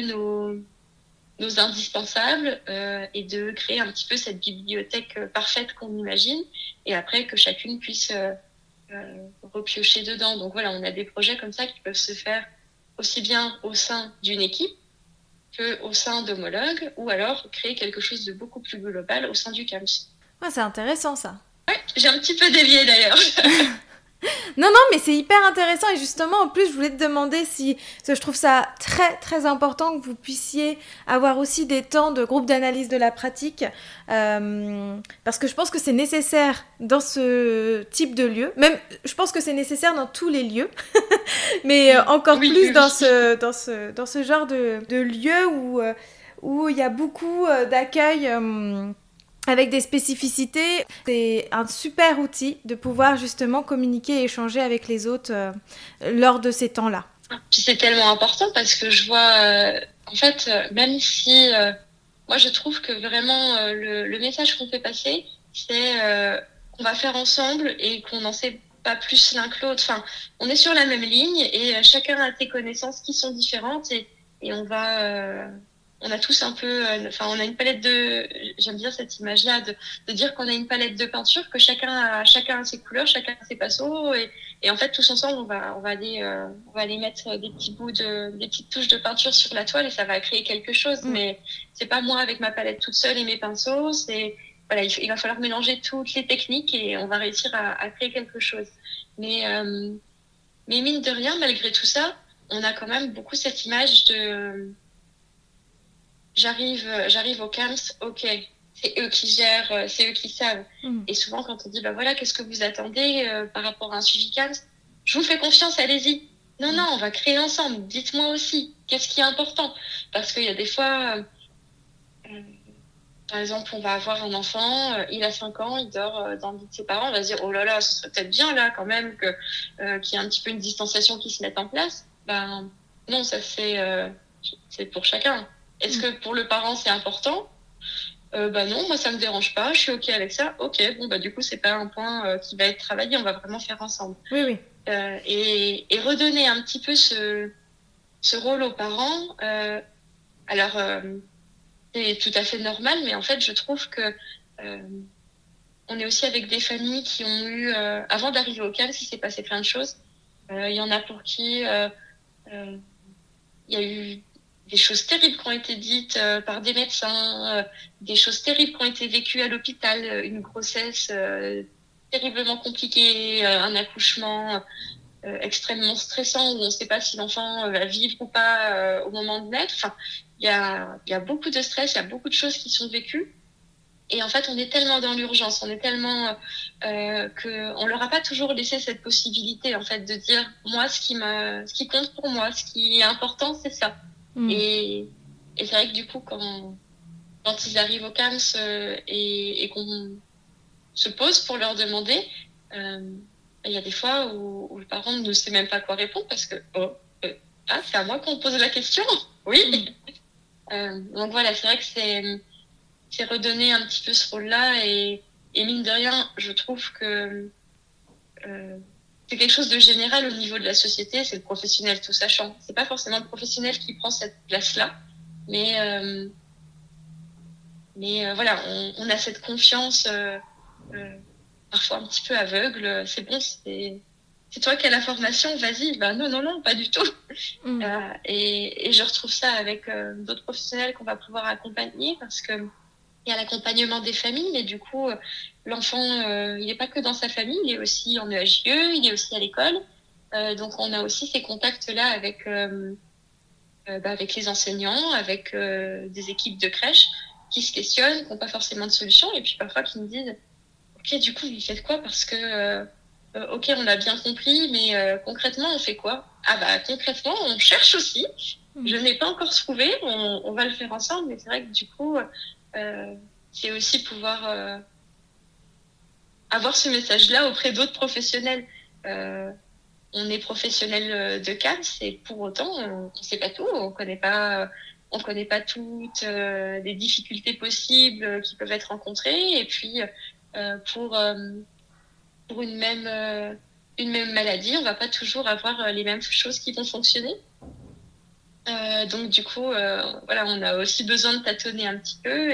nos indispensables et de créer un petit peu cette bibliothèque parfaite qu'on imagine, et après que chacune puisse repiocher dedans. Donc voilà, on a des projets comme ça qui peuvent se faire aussi bien au sein d'une équipe qu'au sein d'homologues, ou alors créer quelque chose de beaucoup plus global au sein du CAMS. Ouais, c'est intéressant ça. Ouais, j'ai un petit peu dévié d'ailleurs. Non, mais c'est hyper intéressant, et justement, en plus, je voulais te demander si... Parce que je trouve ça très, très important que vous puissiez avoir aussi des temps de groupe d'analyse de la pratique, parce que je pense que c'est nécessaire dans ce type de lieu. Même, je pense que c'est nécessaire dans tous les lieux, mais encore plus dans ce genre de lieu où où il y a beaucoup d'accueil avec des spécificités. C'est un super outil de pouvoir justement communiquer et échanger avec les autres lors de ces temps-là. Puis c'est tellement important parce que je vois, en fait, même si moi je trouve que vraiment le message qu'on fait passer, c'est qu'on va faire ensemble et qu'on n'en sait pas plus l'un que l'autre. Enfin, on est sur la même ligne et chacun a ses connaissances qui sont différentes et on a tous un peu, enfin, on a une palette j'aime bien cette image-là de dire qu'on a une palette de peinture, que chacun a ses couleurs, chacun a ses pinceaux et en fait, tous ensemble, on va aller mettre des petites touches de peinture sur la toile et ça va créer quelque chose. Mais c'est pas moi avec ma palette toute seule et mes pinceaux. Voilà, il va falloir mélanger toutes les techniques et on va réussir à créer quelque chose. Mais mine de rien, malgré tout ça, on a quand même beaucoup cette image de j'arrive au camps, ok, c'est eux qui gèrent, c'est eux qui savent. Et souvent, quand on dit, bah voilà, qu'est-ce que vous attendez par rapport à un suivi camps, je vous fais confiance, allez-y. Non, on va créer ensemble. Dites-moi aussi, qu'est-ce qui est important? Parce qu'il y a des fois, par exemple, on va avoir un enfant, il a 5 ans, il dort dans le lit de ses parents, on va se dire, oh là là, ce serait peut-être bien là quand même qu'il y ait un petit peu une distanciation qui se mette en place. Ben non, ça c'est pour chacun. Est-ce que pour le parent c'est important? Bah non, moi ça me dérange pas, je suis ok avec ça. Ok, bon bah du coup c'est pas un point qui va être travaillé, on va vraiment faire ensemble. Oui. Et redonner un petit peu ce rôle aux parents. Alors c'est tout à fait normal, mais en fait je trouve que on est aussi avec des familles qui ont eu avant d'arriver au CAMS, il s'est passé plein de choses. Il y en a pour qui il y a eu des choses terribles qui ont été dites par des médecins, des choses terribles qui ont été vécues à l'hôpital, une grossesse terriblement compliquée, un accouchement extrêmement stressant où on ne sait pas si l'enfant va vivre ou pas au moment de naître. Enfin, il y a beaucoup de stress, il y a beaucoup de choses qui sont vécues. Et en fait, on est tellement dans l'urgence, on est tellement qu'on leur a pas toujours laissé cette possibilité en fait de dire moi ce qui compte pour moi, ce qui est important, c'est ça. Et c'est vrai que du coup, quand ils arrivent au CAMS et qu'on se pose pour leur demander, il y a des fois où le parent ne sait même pas quoi répondre parce que c'est à moi qu'on pose la question. Oui. Donc voilà, c'est vrai que c'est redonner un petit peu ce rôle-là et mine de rien, je trouve que c'est quelque chose de général au niveau de la société, c'est le professionnel tout sachant. C'est pas forcément le professionnel qui prend cette place-là, mais voilà, on a cette confiance parfois un petit peu aveugle. C'est bon, c'est toi qui as la formation, vas-y. Ben non, pas du tout. Et je retrouve ça avec d'autres professionnels qu'on va pouvoir accompagner parce que il y a l'accompagnement des familles, mais du coup, l'enfant, il n'est pas que dans sa famille, il est aussi en EHJE, il est aussi à l'école. Donc, on a aussi ces contacts-là avec les enseignants, avec des équipes de crèche qui se questionnent, qui n'ont pas forcément de solution, et puis parfois qui me disent « Ok, du coup, vous faites quoi? Parce que, ok, on a bien compris, mais concrètement, on fait quoi? » Ah bah, concrètement, on cherche aussi. Je n'ai pas encore trouvé, on va le faire ensemble, mais c'est vrai que du coup... c'est aussi pouvoir avoir ce message-là auprès d'autres professionnels. On est professionnel de CAMS et pour autant, on ne sait pas tout, on connaît pas toutes les difficultés possibles qui peuvent être rencontrées. Et puis, pour une même maladie, on va pas toujours avoir les mêmes choses qui vont fonctionner. Donc du coup, voilà, on a aussi besoin de tâtonner un petit peu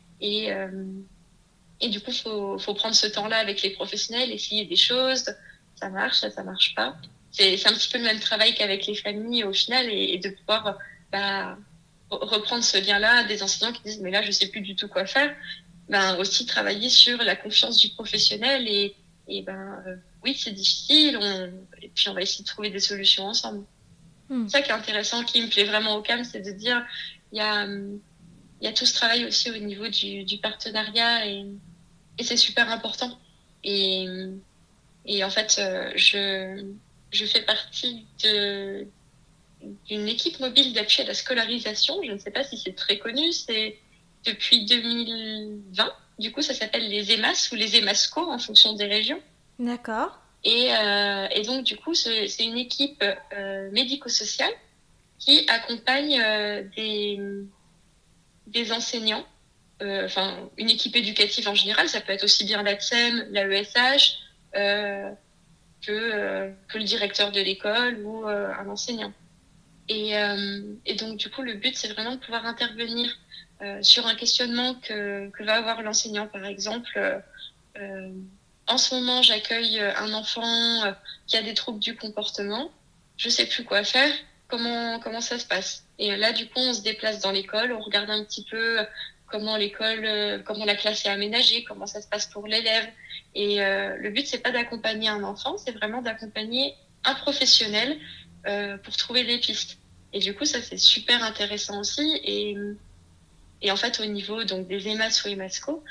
et du coup, faut prendre ce temps-là avec les professionnels, essayer des choses, ça marche, ça marche pas. C'est un petit peu le même travail qu'avec les familles au final et de pouvoir reprendre ce lien-là, des enseignants qui disent mais là je sais plus du tout quoi faire. Ben aussi travailler sur la confiance du professionnel et oui c'est difficile, et puis on va essayer de trouver des solutions ensemble. C'est ça qui est intéressant, qui me plaît vraiment au CAM, c'est de dire il y a tout ce travail aussi au niveau du partenariat et c'est super important. Et en fait, je fais partie d'une équipe mobile d'appui à la scolarisation. Je ne sais pas si c'est très connu, c'est depuis 2020. Du coup, ça s'appelle les EMAS ou les EMASCO en fonction des régions. D'accord. Et donc, du coup, c'est une équipe médico-sociale qui accompagne des enseignants, une équipe éducative en général. Ça peut être aussi bien l'ATSEM, l'AESH, que le directeur de l'école ou un enseignant. Et donc, du coup, le but, c'est vraiment de pouvoir intervenir sur un questionnement que va avoir l'enseignant. Par exemple, en ce moment, j'accueille un enfant qui a des troubles du comportement. Je sais plus quoi faire. Comment ça se passe? Et là, du coup, on se déplace dans l'école, on regarde un petit peu comment la classe est aménagée, comment ça se passe pour l'élève. Et le but, c'est pas d'accompagner un enfant, c'est vraiment d'accompagner un professionnel pour trouver des pistes. Et du coup, ça, c'est super intéressant aussi. Et en fait, au niveau donc des EMAS ou EMASCO,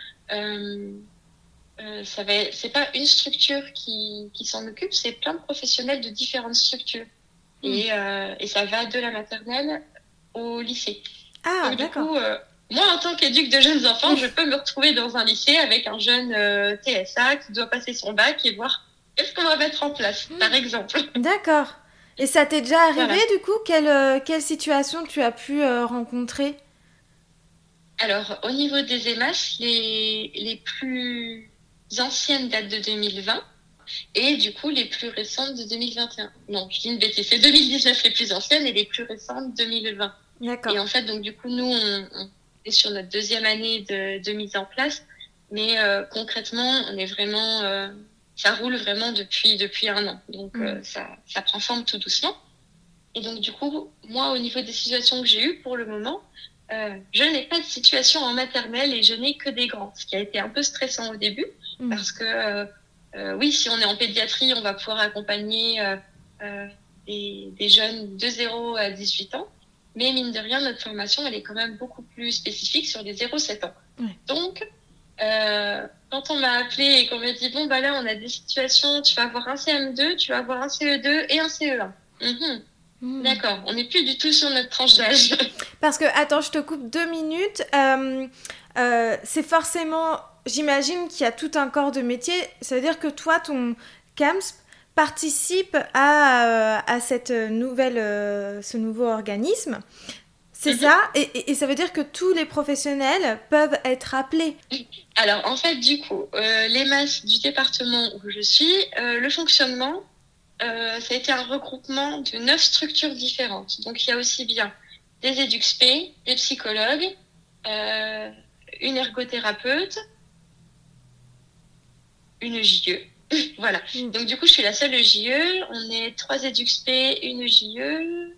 c'est pas une structure qui s'en occupe, c'est plein de professionnels de différentes structures. Et ça va de la maternelle au lycée. Ah, donc, d'accord. Du coup, moi, en tant qu'éduc de jeunes enfants, je peux me retrouver dans un lycée avec un jeune TSA qui doit passer son bac et voir qu'est-ce qu'on va mettre en place, par exemple. D'accord. Et ça t'est déjà arrivé, Voilà. du coup? Quelle situation tu as pu rencontrer? Alors, au niveau des EMAS, les plus anciennes datent de 2020 et du coup, les plus récentes de 2021. Non, je dis une bêtise, c'est 2019 les plus anciennes et les plus récentes 2020. D'accord. Et en fait, donc du coup, nous, on est sur notre deuxième année de mise en place, mais concrètement, on est vraiment, ça roule vraiment depuis un an. Donc, ça prend forme tout doucement. Et donc, du coup, moi, au niveau des situations que j'ai eues pour le moment, je n'ai pas de situation en maternelle et je n'ai que des grands, ce qui a été un peu stressant au début, parce que oui, si on est en pédiatrie, on va pouvoir accompagner des jeunes de 0 à 18 ans, mais mine de rien, notre formation, elle est quand même beaucoup plus spécifique sur les 0-7 ans. Donc, quand on m'a appelé et qu'on m'a dit, bon, bah là, on a des situations, tu vas avoir un CM2, tu vas avoir un CE2 et un CE1. D'accord, on n'est plus du tout sur notre tranche d'âge. Parce que, attends, je te coupe 2 minutes. C'est forcément, j'imagine qu'il y a tout un corps de métier. Ça veut dire que toi, ton CAMSP participe à ce nouveau organisme. C'est ça, et ça veut dire que tous les professionnels peuvent être appelés. Alors, en fait, du coup, les masses du département où je suis, le fonctionnement, ça a été un regroupement de 9 structures différentes. Donc, il y a aussi bien des EduxP, des psychologues, une ergothérapeute, une JE. Voilà. Donc, du coup, je suis la seule JE. On est 3 EduxP, une JE,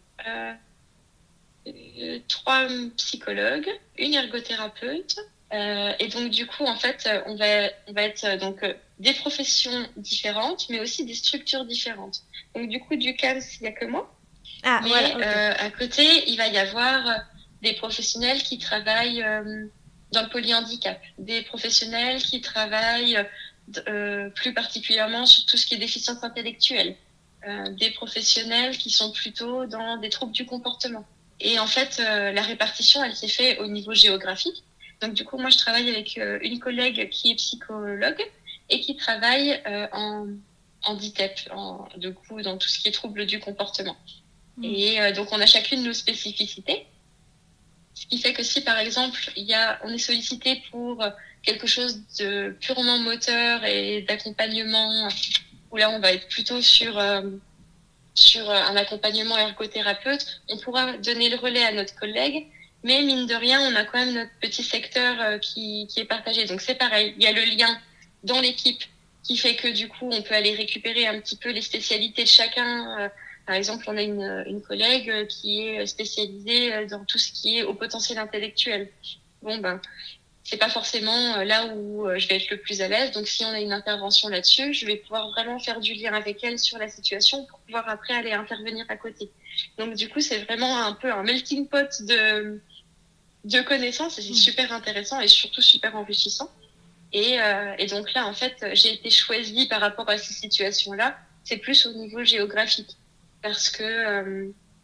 3 psychologues, une ergothérapeute. Et donc, du coup, en fait, on va être donc des professions différentes, mais aussi des structures différentes. Donc, du coup, du CAMS, il n'y a que moi. Ah, mais voilà, okay. À côté, il va y avoir des professionnels qui travaillent dans le polyhandicap, des professionnels qui travaillent plus particulièrement sur tout ce qui est déficience intellectuelle, des professionnels qui sont plutôt dans des troubles du comportement. Et en fait, la répartition, elle s'est faite au niveau géographique. Donc, du coup, moi, je travaille avec une collègue qui est psychologue et qui travaille en DITEP, du coup, dans tout ce qui est troubles du comportement. Et donc, on a chacune nos spécificités. Ce qui fait que si, par exemple, on est sollicité pour quelque chose de purement moteur et d'accompagnement, où là, on va être plutôt sur un accompagnement ergothérapeute, on pourra donner le relais à notre collègue, mais mine de rien, on a quand même notre petit secteur qui est partagé. Donc c'est pareil, il y a le lien dans l'équipe qui fait que du coup, on peut aller récupérer un petit peu les spécialités de chacun. Par exemple, on a une collègue qui est spécialisée dans tout ce qui est au potentiel intellectuel. Bon, ben, c'est pas forcément là où je vais être le plus à l'aise. Donc, si on a une intervention là-dessus, je vais pouvoir vraiment faire du lien avec elle sur la situation pour pouvoir après aller intervenir à côté. Donc, du coup, c'est vraiment un peu un melting pot de connaissances et c'est super intéressant et surtout super enrichissant. Et donc là, en fait, j'ai été choisie par rapport à ces situations-là. C'est plus au niveau géographique parce que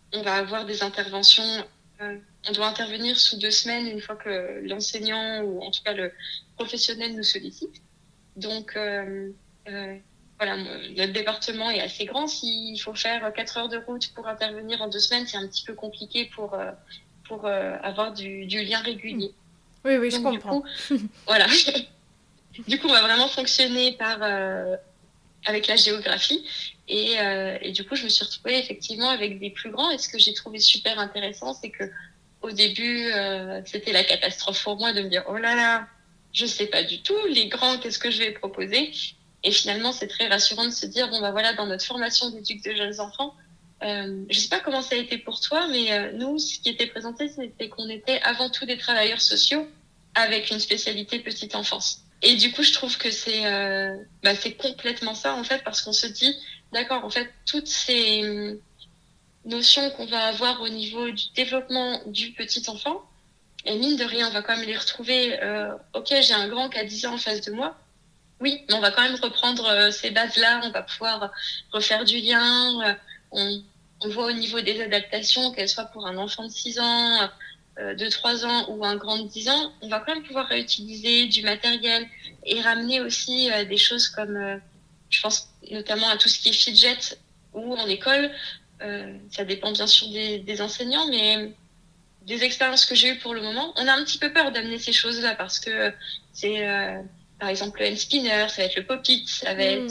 on va avoir des interventions. On doit intervenir sous 2 semaines une fois que l'enseignant ou en tout cas le professionnel nous sollicite. Donc, voilà, notre département est assez grand. S'il faut faire 4 heures de route pour intervenir en 2 semaines, c'est un petit peu compliqué pour avoir du lien régulier. Oui, oui, je Donc, comprends. Du coup, voilà. Du coup, on va vraiment fonctionner avec la géographie. Et du coup, je me suis retrouvée effectivement avec des plus grands. Et ce que j'ai trouvé super intéressant, c'est que au début, c'était la catastrophe pour moi de me dire, oh là là, je sais pas du tout, les grands, qu'est-ce que je vais proposer? Et finalement, c'est très rassurant de se dire, bon, bah voilà, dans notre formation d'éduc de jeunes enfants, je sais pas comment ça a été pour toi, mais nous, ce qui était présenté, c'était qu'on était avant tout des travailleurs sociaux avec une spécialité petite enfance. Et du coup, je trouve que c'est complètement ça, en fait, parce qu'on se dit, d'accord, en fait, toutes ces notions qu'on va avoir au niveau du développement du petit enfant, et mine de rien, on va quand même les retrouver. Ok, j'ai un grand qui a 10 ans en face de moi. Oui, mais on va quand même reprendre ces bases-là. On va pouvoir refaire du lien. On voit au niveau des adaptations, qu'elles soient pour un enfant de 6 ans, de 3 ans ou un grand de 10 ans, on va quand même pouvoir réutiliser du matériel et ramener aussi des choses comme, je pense notamment à tout ce qui est fidget ou en école. Ça dépend bien sûr des enseignants, mais des expériences que j'ai eues pour le moment, on a un petit peu peur d'amener ces choses-là parce que c'est, par exemple, le hand spinner, ça va être le pop-it, ça va être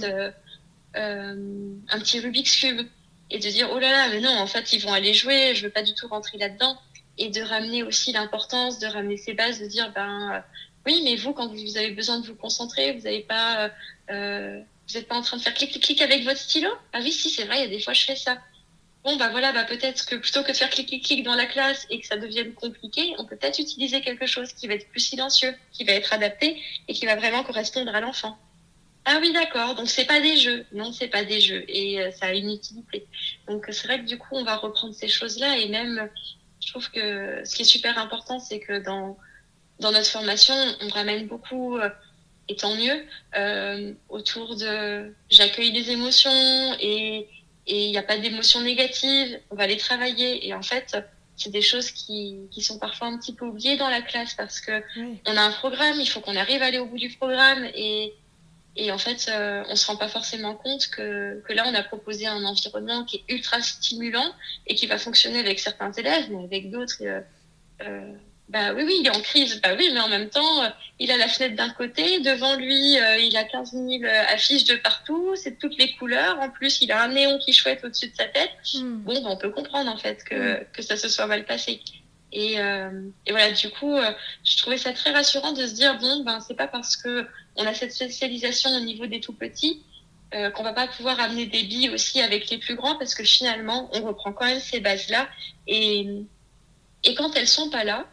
un petit Rubik's Cube. Et de dire, oh là là, mais non, en fait, ils vont aller jouer, je veux pas du tout rentrer là-dedans. Et de ramener aussi l'importance, de ramener ces bases, de dire, oui, mais vous, quand vous avez besoin de vous concentrer, vous n'avez pas, vous n'êtes pas en train de faire clic, clic, clic avec votre stylo? Ah oui, si, c'est vrai, il y a des fois, je fais ça. Bon, bah voilà, peut-être que plutôt que de faire clic, clic, clic dans la classe et que ça devienne compliqué, on peut peut-être utiliser quelque chose qui va être plus silencieux, qui va être adapté et qui va vraiment correspondre à l'enfant. Ah oui, d'accord. Donc, c'est pas des jeux. Non, c'est pas des jeux. Et ça a une utilité. Donc, c'est vrai que du coup, on va reprendre ces choses-là. Et même, je trouve que ce qui est super important, c'est que dans notre formation, on ramène beaucoup, et tant mieux, autour de j'accueille les émotions et il n'y a pas d'émotions négatives. On va les travailler. Et en fait, c'est des choses qui sont parfois un petit peu oubliées dans la classe parce que on a un programme, il faut qu'on arrive à aller au bout du programme et en fait, on se rend pas forcément compte que là, on a proposé un environnement qui est ultra stimulant et qui va fonctionner avec certains élèves, mais avec d'autres, oui, il est en crise. Bah oui, mais en même temps, il a la fenêtre d'un côté, devant lui, il a 15 000 affiches de partout, c'est de toutes les couleurs. En plus, il a un néon qui chouette au-dessus de sa tête. Bon, on peut comprendre en fait que ça se soit mal passé. Et voilà, du coup, je trouvais ça très rassurant de se dire c'est pas parce que on a cette spécialisation au niveau des tout petits qu'on va pas pouvoir amener des billes aussi avec les plus grands parce que finalement, on reprend quand même ces bases-là et quand elles sont pas là,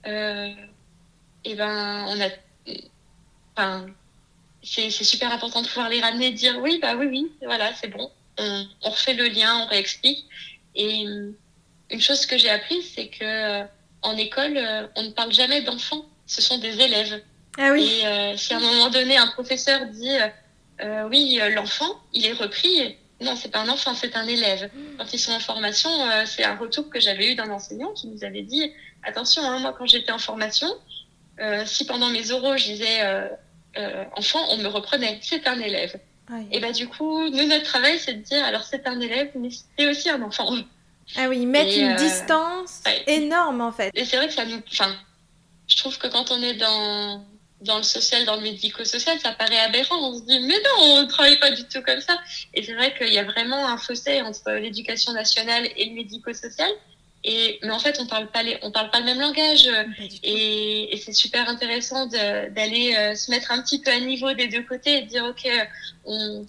c'est super important de pouvoir les ramener et de dire oui, voilà, c'est bon, on refait le lien, on réexplique. Et une chose que j'ai apprise, c'est que en école, on ne parle jamais d'enfants, ce sont des élèves. Ah oui. Et si à un moment donné, un professeur dit oui, l'enfant, il est repris, non, c'est pas un enfant, c'est un élève. Quand ils sont en formation, c'est un retour que j'avais eu d'un enseignant qui nous avait dit attention, hein, moi, quand j'étais en formation, si pendant mes oraux, je disais enfant, on me reprenait, c'est un élève. Et du coup, nous, notre travail, c'est de dire alors c'est un élève, mais c'est aussi un enfant. Ah oui, mettre une distance énorme en fait. Et c'est vrai que je trouve que quand on est dans le social, dans le médico-social, ça paraît aberrant. On se dit, mais non, on ne travaille pas du tout comme ça. Et c'est vrai qu'il y a vraiment un fossé entre l'éducation nationale et le médico-social. Mais en fait, on parle pas le même langage. Et c'est super intéressant d'aller se mettre un petit peu à niveau des deux côtés et de dire, OK, on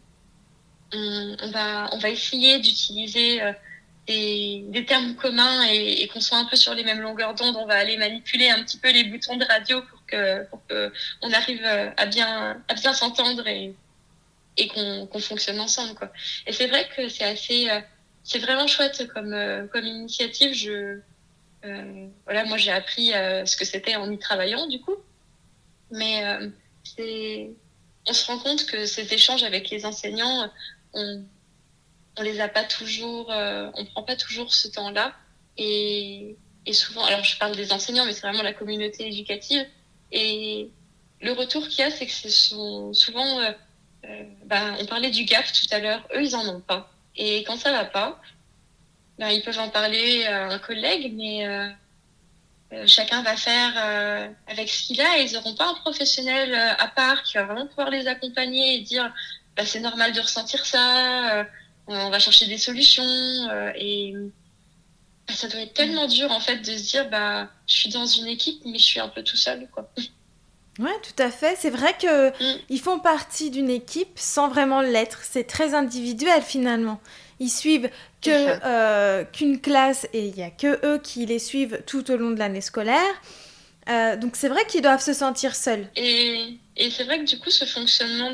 va essayer d'utiliser des termes communs et qu'on soit un peu sur les mêmes longueurs d'onde. On va aller manipuler un petit peu les boutons de radio pour que on arrive à bien s'entendre et qu'on fonctionne ensemble, quoi. Et c'est vrai que c'est vraiment chouette comme initiative. Moi j'ai appris ce que c'était en y travaillant du coup, mais on se rend compte que ces échanges avec les enseignants, on les a pas toujours, on prend pas toujours ce temps-là. Et souvent, alors je parle des enseignants, mais c'est vraiment la communauté éducative. Et le retour qu'il y a, c'est que ce sont souvent, on parlait du gap tout à l'heure, eux, ils en ont pas. Et quand ça va pas, ils peuvent en parler à un collègue, mais chacun va faire avec ce qu'il a, et ils n'auront pas un professionnel à part qui va vraiment pouvoir les accompagner et dire c'est normal de ressentir ça, on va chercher des solutions, et ça doit être tellement dur en fait de se dire je suis dans une équipe mais je suis un peu tout seul, quoi. Ouais, tout à fait. C'est vrai que ils font partie d'une équipe sans vraiment l'être. C'est très individuel finalement. Ils suivent qu'une classe et il n'y a que eux qui les suivent tout au long de l'année scolaire. Donc c'est vrai qu'ils doivent se sentir seuls. Et c'est vrai que du coup, ce fonctionnement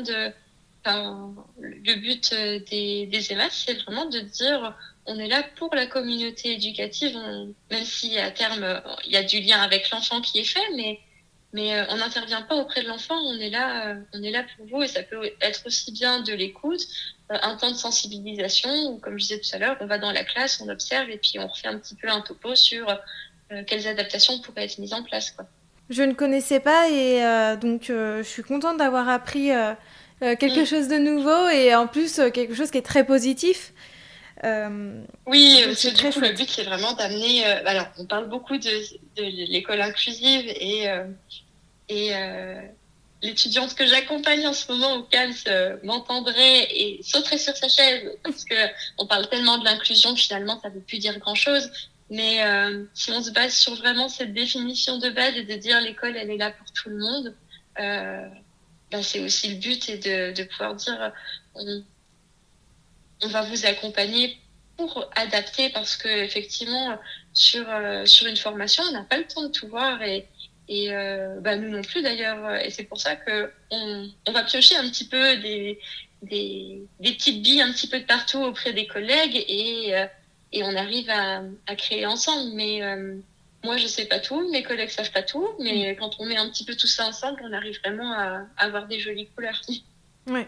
le but des EMAS, c'est vraiment de dire on est là pour la communauté éducative, même si à terme, il y a du lien avec l'enfant qui est fait, mais on n'intervient pas auprès de l'enfant, on est là pour vous, et ça peut être aussi bien de l'écoute, un temps de sensibilisation, ou comme je disais tout à l'heure, on va dans la classe, on observe, et puis on refait un petit peu un topo sur quelles adaptations pourraient être mises en place, quoi. Je ne connaissais pas, et donc je suis contente d'avoir appris quelque chose de nouveau, et en plus quelque chose qui est très positif. Oui, parce que du coup, le but, c'est vraiment d'amener... alors, on parle beaucoup de l'école inclusive, et l'étudiante que j'accompagne en ce moment au CALS m'entendrait et sauterait sur sa chaise, parce que on parle tellement de l'inclusion que finalement, ça ne veut plus dire grand-chose. Mais si on se base sur vraiment cette définition de base et de dire l'école, elle est là pour tout le monde, c'est aussi le but, et de pouvoir dire on va vous accompagner pour adapter, parce que effectivement sur une formation, on n'a pas le temps de tout voir, et nous non plus d'ailleurs, et c'est pour ça que on va piocher un petit peu des petites billes un petit peu de partout auprès des collègues, et on arrive à créer ensemble. Mais moi je sais pas tout, mes collègues savent pas tout, mais quand on met un petit peu tout ça ensemble, on arrive vraiment à avoir des jolies couleurs. Ouais.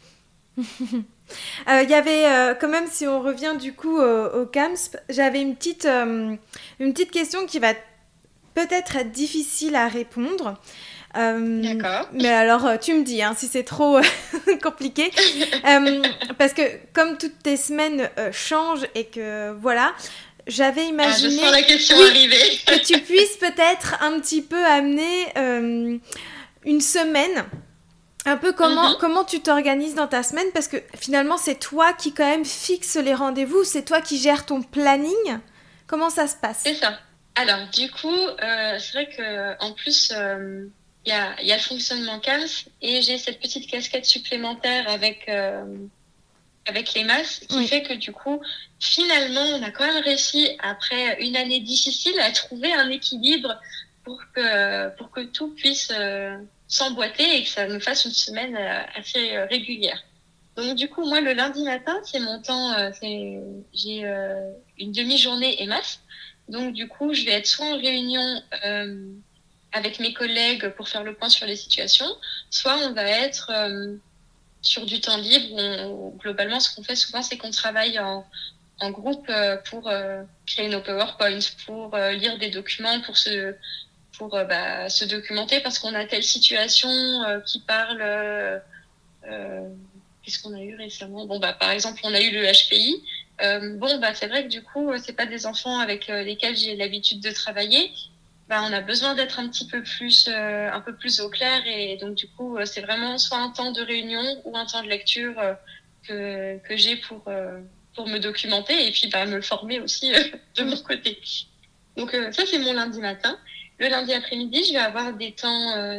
Il y avait quand même, si on revient du coup au CAMSP, j'avais une petite question qui va peut-être être difficile à répondre. D'accord. Mais alors, tu me dis si c'est trop compliqué. Parce que comme toutes tes semaines changent et que voilà, j'avais imaginé je sens la question arriver. que tu puisses peut-être un petit peu amener une semaine. Un peu comment tu t'organises dans ta semaine, parce que finalement c'est toi qui quand même fixe les rendez-vous, c'est toi qui gères ton planning. Comment ça se passe ? C'est ça. Alors du coup, c'est vrai que en plus il y a le fonctionnement CAMS, et j'ai cette petite casquette supplémentaire avec les masses qui fait que du coup finalement on a quand même réussi, après une année difficile, à trouver un équilibre pour que tout puisse s'emboîter et que ça nous fasse une semaine assez régulière. Donc du coup, moi le lundi matin, c'est mon temps, j'ai une demi-journée EMAS. Donc du coup, je vais être soit en réunion avec mes collègues pour faire le point sur les situations, soit on va être sur du temps libre. Globalement, ce qu'on fait souvent, c'est qu'on travaille en groupe pour créer nos PowerPoints, pour lire des documents, pour se documenter, parce qu'on a telle situation qui parle... qu'est-ce qu'on a eu récemment ? Par exemple, on a eu le HPI. C'est vrai que du coup, c'est pas des enfants avec lesquels j'ai l'habitude de travailler. On a besoin d'être un peu plus au clair, et donc du coup, c'est vraiment soit un temps de réunion ou un temps de lecture que j'ai pour me documenter, et puis me le former aussi de mon côté. Donc ça, c'est mon lundi matin. Le lundi après-midi, je vais avoir des temps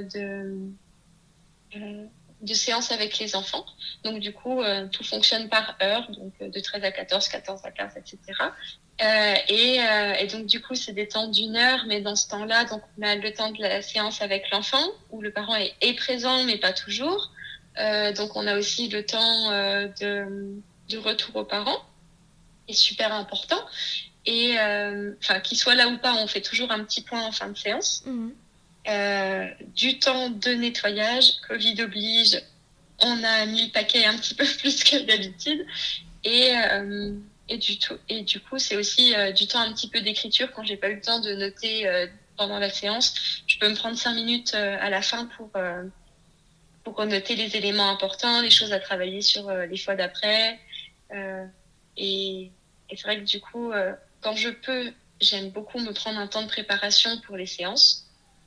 de séance avec les enfants. Donc, du coup, tout fonctionne par heure, donc de 13 à 14, 14 à 15, etc. Et donc, du coup, c'est des temps d'1 heure, mais dans ce temps-là, donc, on a le temps de la séance avec l'enfant, où le parent est présent, mais pas toujours. Donc, on a aussi le temps de retour aux parents, qui est super important. Et qu'il soit là ou pas, on fait toujours un petit point en fin de séance. Du temps de nettoyage, Covid oblige, on a mis le paquet un petit peu plus que d'habitude. Et du coup, c'est aussi du temps un petit peu d'écriture quand j'ai pas eu le temps de noter pendant la séance. Je peux me prendre 5 minutes à la fin pour noter les éléments importants, les choses à travailler sur les fois d'après. Et c'est vrai que du coup, quand je peux, j'aime beaucoup me prendre un temps de préparation pour les séances.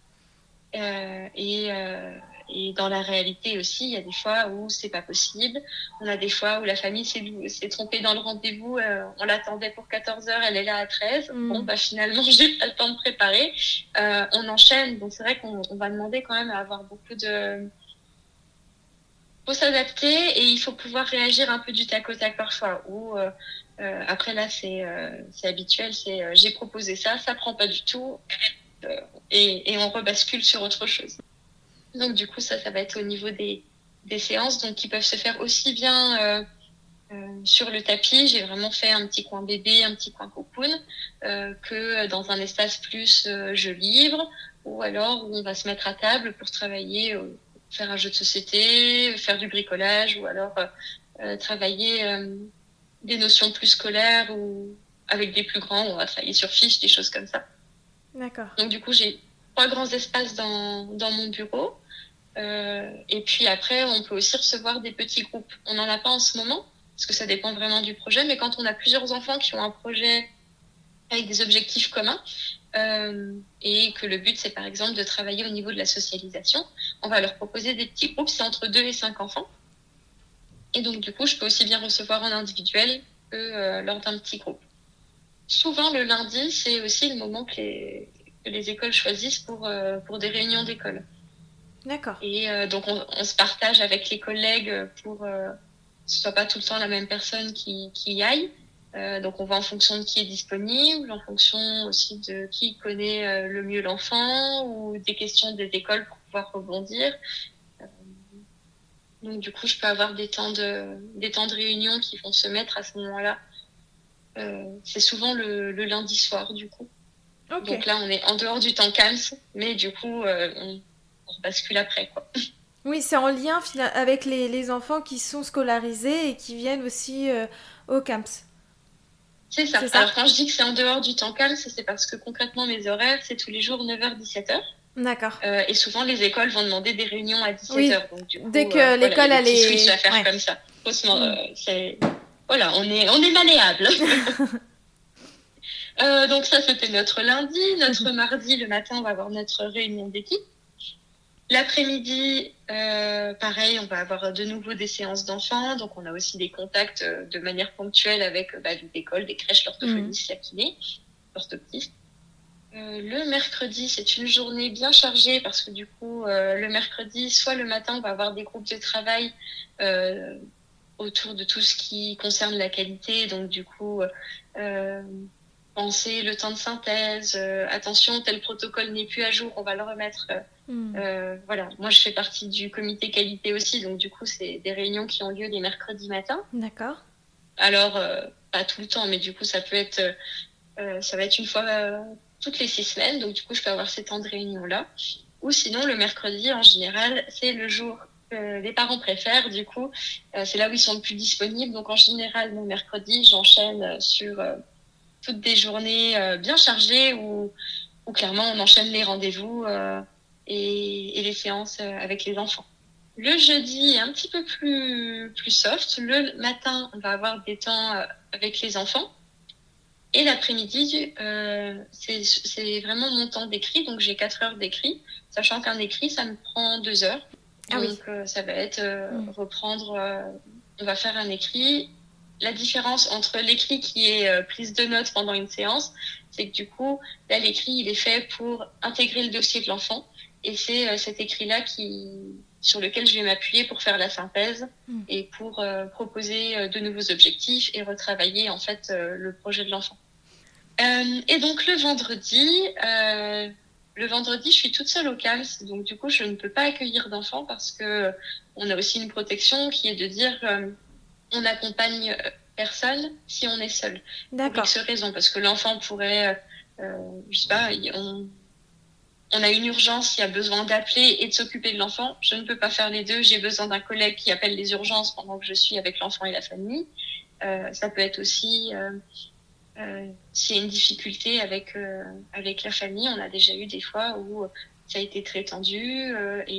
Et dans la réalité aussi, il y a des fois où c'est pas possible. On a des fois où la famille s'est trompée dans le rendez-vous. On l'attendait pour 14 heures, elle est là à 13. Bon, bah finalement, j'ai pas le temps de préparer. On enchaîne. Donc c'est vrai qu'on va demander quand même à avoir beaucoup de... Faut s'adapter et il faut pouvoir réagir un peu du tac au tac parfois. Ou après là, c'est habituel. J'ai proposé ça, ça prend pas du tout. Et on rebascule sur autre chose. Donc du coup, ça va être au niveau des séances, donc qui peuvent se faire aussi bien sur le tapis. J'ai vraiment fait un petit coin bébé, un petit coin cocoon, que dans un espace plus jeu libre, ou alors où on va se mettre à table pour travailler, faire un jeu de société, faire du bricolage, ou alors travailler des notions plus scolaires, ou avec des plus grands, on va travailler sur fiches, des choses comme ça. D'accord. Donc du coup, j'ai 3 grands espaces dans mon bureau. Et puis après, on peut aussi recevoir des petits groupes. On n'en a pas en ce moment, parce que ça dépend vraiment du projet, mais quand on a plusieurs enfants qui ont un projet avec des objectifs communs, et que le but, c'est par exemple de travailler au niveau de la socialisation, on va leur proposer des petits groupes, c'est entre 2 et 5 enfants. Et donc du coup, je peux aussi bien recevoir en individuel que lors d'un petit groupe. Souvent, le lundi, c'est aussi le moment que les écoles choisissent pour des réunions d'école. D'accord. Et donc, on se partage avec les collègues pour que ce soit pas tout le temps la même personne qui y aille. Donc, on va en fonction de qui est disponible, en fonction aussi de qui connaît le mieux l'enfant ou des questions des écoles pour pouvoir rebondir. Donc, du coup, je peux avoir des temps de réunion qui vont se mettre à ce moment-là. C'est souvent le lundi soir, du coup. Okay. Donc là, on est en dehors du temps calme, mais du coup, on bascule après, quoi. Oui, c'est en lien avec les enfants qui sont scolarisés et qui viennent aussi au CAMS. C'est ça. Alors, quand je dis que c'est en dehors du temps calme, c'est parce que concrètement, mes horaires, c'est tous les jours 9h-17h. D'accord. Et souvent, les écoles vont demander des réunions à 17h. Oui. Donc, du coup, dès que l'école a des est... switch à faire comme ça. Voilà, on est malléable. Donc ça, c'était notre lundi. Notre mardi, le matin, on va avoir notre réunion d'équipe. L'après-midi, pareil, on va avoir de nouveau des séances d'enfants. Donc, on a aussi des contacts de manière ponctuelle avec des écoles, des crèches, l'orthophonistes, la kiné, l'orthoptiste. Le mercredi, c'est une journée bien chargée parce que du coup, le mercredi, soit le matin, on va avoir des groupes de travail autour de tout ce qui concerne la qualité. Donc, du coup, penser le temps de synthèse, attention, tel protocole n'est plus à jour, on va le remettre. Voilà, moi je fais partie du comité qualité aussi, donc du coup c'est des réunions qui ont lieu les mercredis matins. D'accord. Alors, pas tout le temps, mais du coup ça peut être, ça va être une fois toutes les 6 semaines, donc du coup je peux avoir ces temps de réunion-là. Ou sinon le mercredi en général, c'est le jour que les parents préfèrent, du coup c'est là où ils sont le plus disponibles. Donc en général, mon mercredi, j'enchaîne sur toutes des journées bien chargées où clairement on enchaîne les rendez-vous et les séances avec les enfants. Le jeudi est un petit peu plus soft. Le matin, on va avoir des temps avec les enfants. Et l'après-midi, c'est vraiment mon temps d'écrit. Donc, j'ai 4 heures d'écrit, sachant qu'un écrit, ça me prend 2 heures. Donc, ça va être reprendre... on va faire un écrit. La différence entre l'écrit qui est prise de notes pendant une séance, c'est que du coup, là, l'écrit, il est fait pour intégrer le dossier de l'enfant. Et c'est cet écrit-là sur lequel je vais m'appuyer pour faire la synthèse et pour proposer de nouveaux objectifs et retravailler en fait le projet de l'enfant. Et donc le vendredi, je suis toute seule au CAMS, donc du coup, je ne peux pas accueillir d'enfants parce que on a aussi une protection qui est de dire on n'accompagne personne si on est seul. D'accord. Pour X raisons, parce que l'enfant pourrait, je sais pas, on a une urgence, il y a besoin d'appeler et de s'occuper de l'enfant. Je ne peux pas faire les deux. J'ai besoin d'un collègue qui appelle les urgences pendant que je suis avec l'enfant et la famille. Ça peut être aussi s'il y a une difficulté avec la famille. On a déjà eu des fois où ça a été très tendu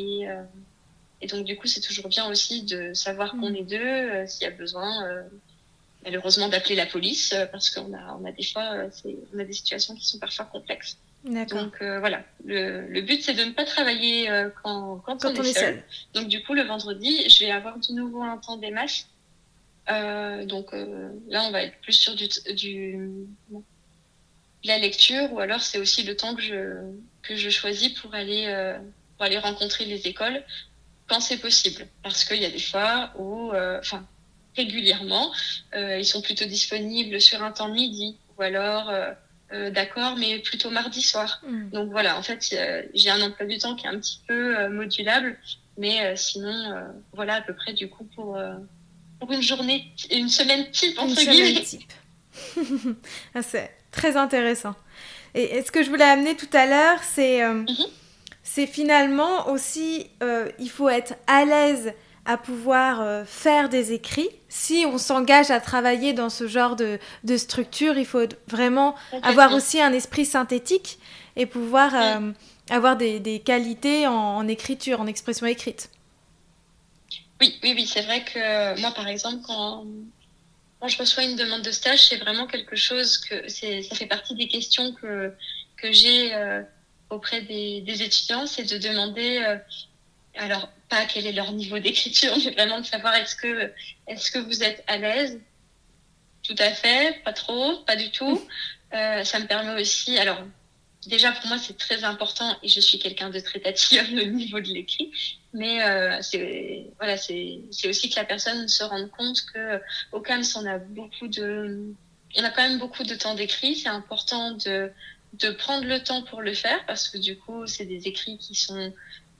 et donc du coup c'est toujours bien aussi de savoir qu'on est deux. S'il y a besoin, malheureusement d'appeler la police parce qu'on a des fois on a des situations qui sont parfois complexes. D'accord. Donc voilà, le but c'est de ne pas travailler quand on est seul. Donc du coup le vendredi, je vais avoir de nouveau un temps des masses. Donc là on va être plus sur de la lecture, ou alors c'est aussi le temps que je choisis pour aller rencontrer les écoles quand c'est possible, parce qu'il y a des fois où régulièrement ils sont plutôt disponibles sur un temps de midi, ou alors d'accord, mais plutôt mardi soir. Donc voilà, en fait, j'ai un emploi du temps qui est un petit peu modulable, mais sinon, voilà à peu près du coup pour une journée, une semaine type, entre guillemets. Semaine type. Ah, c'est très intéressant. Et ce que je voulais amener tout à l'heure, c'est finalement aussi, il faut être à l'aise à pouvoir faire des écrits. Si on s'engage à travailler dans ce genre de structure, il faut vraiment avoir aussi un esprit synthétique et pouvoir avoir des qualités en écriture, en expression écrite. Oui, c'est vrai que moi, par exemple, quand je reçois une demande de stage, c'est vraiment quelque chose ça fait partie des questions que j'ai auprès des étudiants, c'est de demander... alors, pas quel est leur niveau d'écriture, mais vraiment de savoir est-ce que vous êtes à l'aise? Tout à fait, pas trop, pas du tout. Ça me permet aussi... Alors, déjà, pour moi, c'est très important et je suis quelqu'un de très tatillonne au niveau de l'écrit. Mais c'est aussi que la personne se rende compte qu'au CAMS, on a quand même beaucoup de temps d'écrit. C'est important de prendre le temps pour le faire parce que du coup, c'est des écrits qui sont...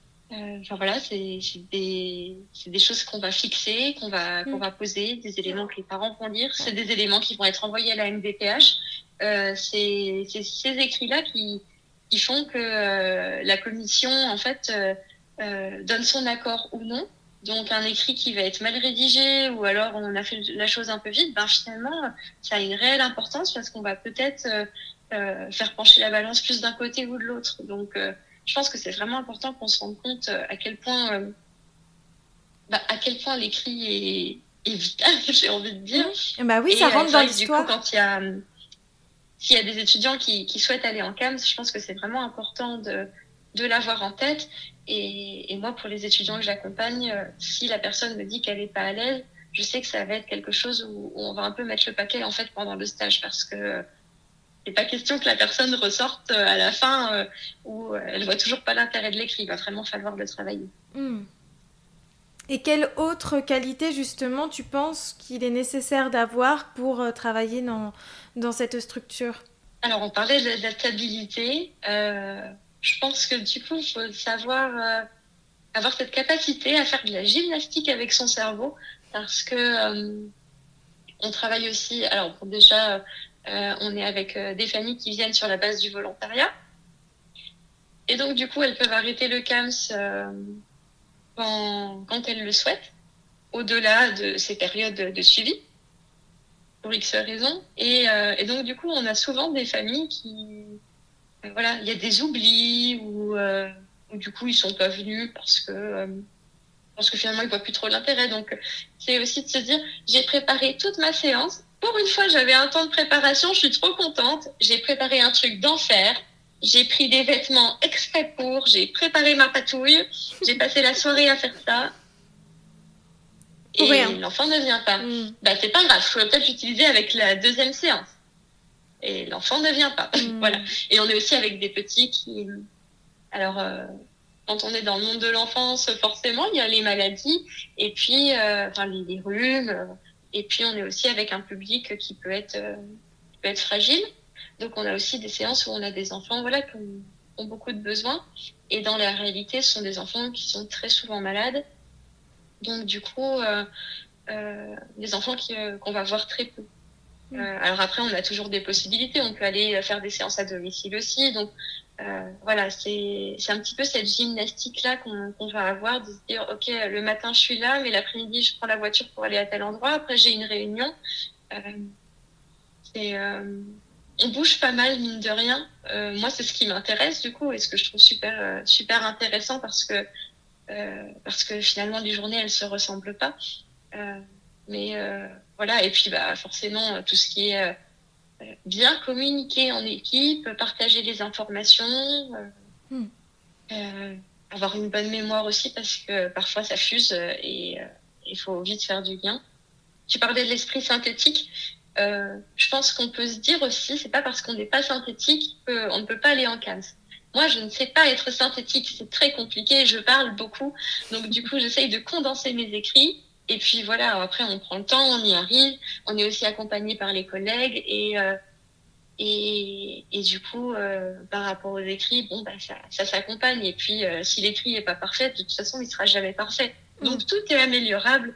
c'est des choses qu'on va fixer, qu'on va poser, des éléments que les parents vont lire. C'est des éléments qui vont être envoyés à la MDPH. C'est ces écrits-là qui font que la commission, en fait, donne son accord ou non. Donc, un écrit qui va être mal rédigé ou alors on a fait la chose un peu vite, finalement, ça a une réelle importance parce qu'on va peut-être faire pencher la balance plus d'un côté ou de l'autre. Donc, je pense que c'est vraiment important qu'on se rende compte à quel point l'écrit est vital, j'ai envie de dire. Oui, ça rentre dans l'histoire. Du coup, s'il y a des étudiants qui souhaitent aller en CAMS, je pense que c'est vraiment important de l'avoir en tête. Et moi, pour les étudiants que j'accompagne, si la personne me dit qu'elle n'est pas à l'aise, je sais que ça va être quelque chose où on va un peu mettre le paquet en fait pendant le stage, parce que c'est pas question que la personne ressorte à la fin où elle voit toujours pas l'intérêt de l'écrit. Il va vraiment falloir le travailler. Et quelle autre qualité, justement, tu penses qu'il est nécessaire d'avoir pour travailler dans cette structure? Alors, on parlait de l'adaptabilité. Je pense que du coup, il faut savoir avoir cette capacité à faire de la gymnastique avec son cerveau, parce que on travaille aussi... Alors, déjà, on est avec des familles qui viennent sur la base du volontariat. Et donc, du coup, elles peuvent arrêter le CAMS quand elles le souhaitent, au-delà de ces périodes de suivi, pour X raisons. Et donc, du coup, on a souvent des familles qui... il y a des oublis ou du coup, ils sont pas venus parce que finalement, ils voient plus trop l'intérêt. Donc, c'est aussi de se dire, j'ai préparé toute ma séance. Pour une fois, j'avais un temps de préparation, je suis trop contente. J'ai préparé un truc d'enfer. J'ai pris des vêtements exprès pour, j'ai préparé ma patouille, j'ai passé la soirée à faire ça. Et l'enfant ne vient pas. C'est pas grave, je pourrais peut-être l'utiliser avec la deuxième séance. Et l'enfant ne vient pas. Voilà. Et on est aussi avec des petits qui... Alors, quand on est dans le monde de l'enfance, forcément, il y a les maladies, et puis les rhumes, et puis on est aussi avec un public qui peut être fragile. Donc, on a aussi des séances où on a des enfants qui ont beaucoup de besoins. Et dans la réalité, ce sont des enfants qui sont très souvent malades. Donc, du coup, des enfants qu'on va voir très peu. Alors après, on a toujours des possibilités. On peut aller faire des séances à domicile aussi. Donc voilà, c'est un petit peu cette gymnastique-là qu'on va avoir, de se dire, OK, le matin, je suis là, mais l'après-midi, je prends la voiture pour aller à tel endroit. Après, j'ai une réunion. On bouge pas mal, mine de rien. Moi, c'est ce qui m'intéresse, du coup, et ce que je trouve super intéressant parce que finalement, les journées, elles se ressemblent pas. Mais voilà, et puis forcément, tout ce qui est bien communiquer en équipe, partager les informations, avoir une bonne mémoire aussi, parce que parfois ça fuse et il faut vite faire du lien. Tu parlais de l'esprit synthétique. Je pense qu'on peut se dire aussi, c'est pas parce qu'on n'est pas synthétique qu'on ne peut pas aller en CAMS. Moi, je ne sais pas être synthétique, c'est très compliqué, je parle beaucoup. Donc, du coup, j'essaye de condenser mes écrits. Et puis, voilà, après, on prend le temps, on y arrive. On est aussi accompagné par les collègues. Et du coup, par rapport aux écrits, ça s'accompagne. Et puis, si l'écrit n'est pas parfait, de toute façon, il sera jamais parfait. Donc, tout est améliorable.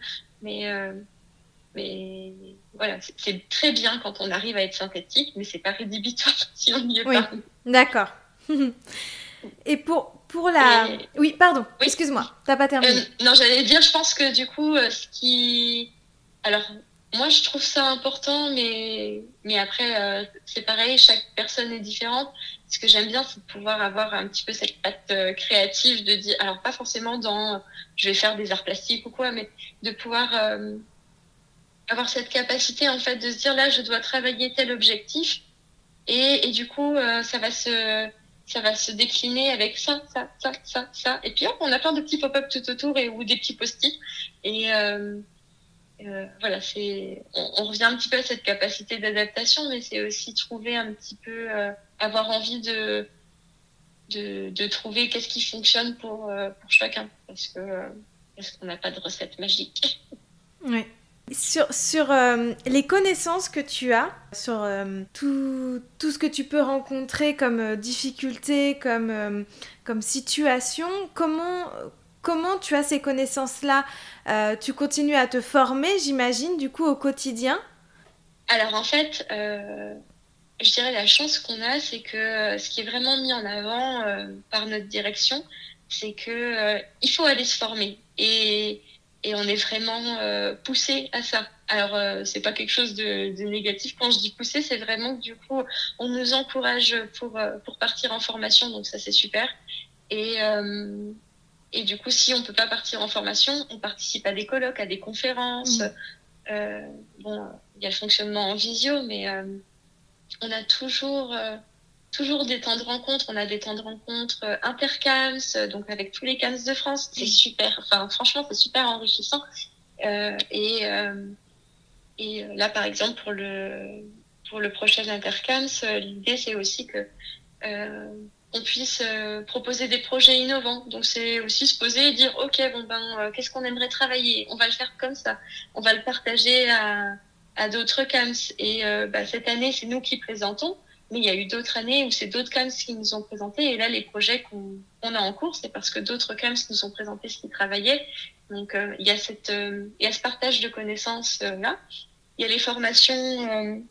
Mais voilà, c'est très bien quand on arrive à être synthétique, mais c'est pas rédhibitoire si on n'y est pas. D'accord. Et pour la... Oui, pardon, oui. Excuse-moi, t'as pas terminé. Non, j'allais dire, je pense que du coup, Alors, moi, je trouve ça important, mais après, c'est pareil, chaque personne est différente. Ce que j'aime bien, c'est de pouvoir avoir un petit peu cette patte créative de dire... Alors, pas forcément je vais faire des arts plastiques ou quoi, mais de pouvoir... avoir cette capacité en fait de se dire là je dois travailler tel objectif et du coup ça va se décliner avec ça et puis hop on a plein de petits pop-up tout autour ou des petits post-it et voilà on revient un petit peu à cette capacité d'adaptation, mais c'est aussi trouver un petit peu avoir envie de trouver qu'est-ce qui fonctionne pour chacun, parce qu'on n'a pas de recette magique. Oui. Sur les connaissances que tu as, sur tout ce que tu peux rencontrer comme difficulté, comme situation, comment tu as ces connaissances-là? Tu continues à te former, j'imagine, du coup, au quotidien? Alors, en fait, je dirais la chance qu'on a, c'est que ce qui est vraiment mis en avant par notre direction, c'est que il faut aller se former. Et on est vraiment poussé à ça. Alors, c'est pas quelque chose de négatif. Quand je dis poussé, c'est vraiment que du coup, on nous encourage pour partir en formation, donc ça, c'est super. Et du coup, si on peut pas partir en formation, on participe à des colloques, à des conférences. Bon, il y a le fonctionnement en visio, mais on a toujours des temps de rencontre. On a des temps de rencontre intercams, donc avec tous les CAMS de France. C'est super. Enfin, franchement, c'est super enrichissant. Et là, par exemple, pour le prochain intercams, l'idée, c'est aussi que on puisse proposer des projets innovants. Donc, c'est aussi se poser et dire, OK, qu'est-ce qu'on aimerait travailler? On va le faire comme ça. On va le partager à d'autres CAMS. Et cette année, c'est nous qui présentons. Mais il y a eu d'autres années où c'est d'autres CAMS qui nous ont présenté. Et là, les projets qu'on a en cours, c'est parce que d'autres CAMS nous ont présenté ce qu'ils travaillaient. Donc, il y a ce partage de connaissances là. Il y a les formations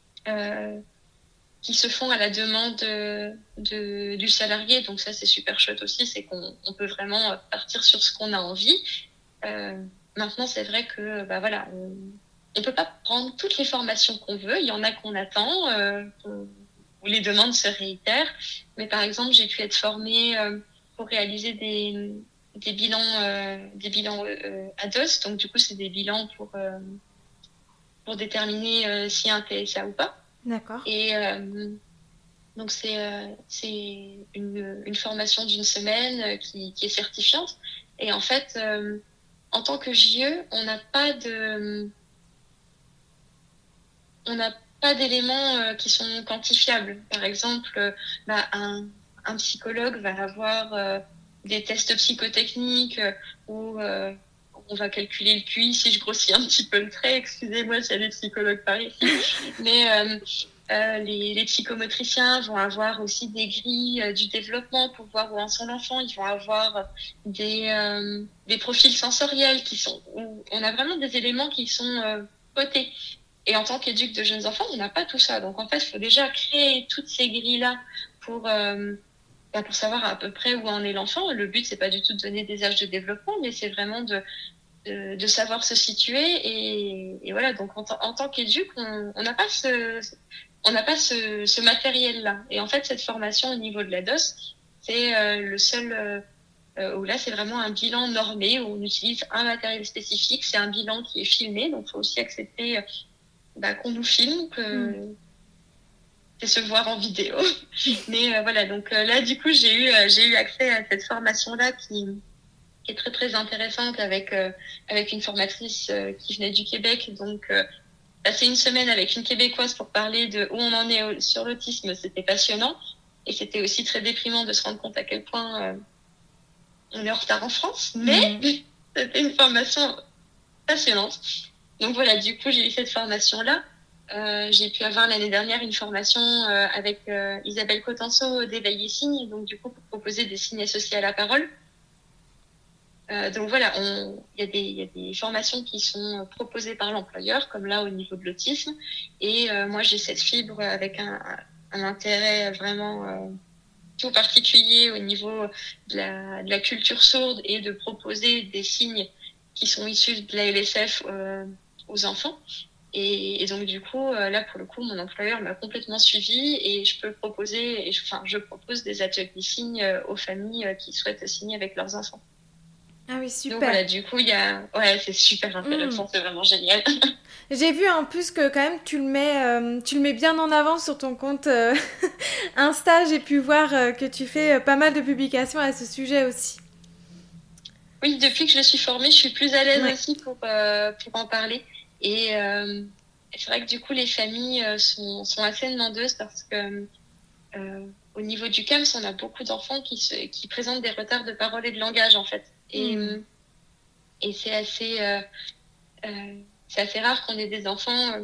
qui se font à la demande du salarié. Donc ça, c'est super chouette aussi. C'est qu'on peut vraiment partir sur ce qu'on a envie. Maintenant, c'est vrai que voilà, on peut pas prendre toutes les formations qu'on veut. Il y en a qu'on attend, où les demandes se réitèrent. Mais par exemple, j'ai pu être formée pour réaliser des bilans ADOS. Donc du coup, c'est des bilans pour déterminer si un TSA ou pas. D'accord. Et donc c'est une formation d'une semaine qui est certifiante. Et en fait, en tant que JE, on n'a pas d'éléments qui sont quantifiables. Par exemple, un psychologue va avoir des tests psychotechniques où on va calculer le QI, si je grossis un petit peu le trait, excusez-moi s'il y a des psychologues par ici. Mais les psychomotriciens vont avoir aussi des grilles du développement pour voir où en sont l'enfant. Ils vont avoir des profils sensoriels où on a vraiment des éléments qui sont cotés. Et en tant qu'éduc de jeunes enfants, on n'a pas tout ça. Donc en fait, il faut déjà créer toutes ces grilles-là pour savoir à peu près où en est l'enfant. Le but, c'est pas du tout de donner des âges de développement, mais c'est vraiment de savoir se situer. Et voilà, donc en tant qu'éduc, on n'a pas ce matériel-là. Et en fait, cette formation au niveau de la DOS, c'est le seul où là, c'est vraiment un bilan normé, où on utilise un matériel spécifique. C'est un bilan qui est filmé, donc il faut aussi accepter qu'on nous filme, c'est se voir en vidéo. Mais voilà, donc là, du coup, j'ai eu accès à cette formation-là qui est très, très intéressante avec une formatrice qui venait du Québec. Donc, passer une semaine avec une Québécoise pour parler de où on en est sur l'autisme, c'était passionnant. Et c'était aussi très déprimant de se rendre compte à quel point on est en retard en France. Mais c'était une formation passionnante. Donc voilà, du coup, j'ai eu cette formation-là. J'ai pu avoir l'année dernière une formation avec Isabelle Cotenceau d'éveil et signes, donc du coup pour proposer des signes associés à la parole. Donc voilà, il y a des formations qui sont proposées par l'employeur, comme là au niveau de l'autisme. Et moi j'ai cette fibre avec un intérêt vraiment tout particulier au niveau de la culture sourde et de proposer des signes qui sont issus de la LSF aux enfants. Et donc du coup, là pour le coup, mon employeur m'a complètement suivie et je propose des ateliers signes aux familles qui souhaitent signer avec leurs enfants. Ah oui, super. Donc voilà, du coup, c'est super intéressant, c'est vraiment génial. J'ai vu en plus que quand même tu le mets bien en avant sur ton compte Insta. J'ai pu voir que tu fais pas mal de publications à ce sujet aussi. Oui, depuis que je suis formée, je suis plus à l'aise aussi pour en parler. Et c'est vrai que du coup, les familles sont assez demandeuses parce que au niveau du CAMS, on a beaucoup d'enfants qui présentent des retards de parole et de langage en fait. Et c'est assez rare qu'on ait des enfants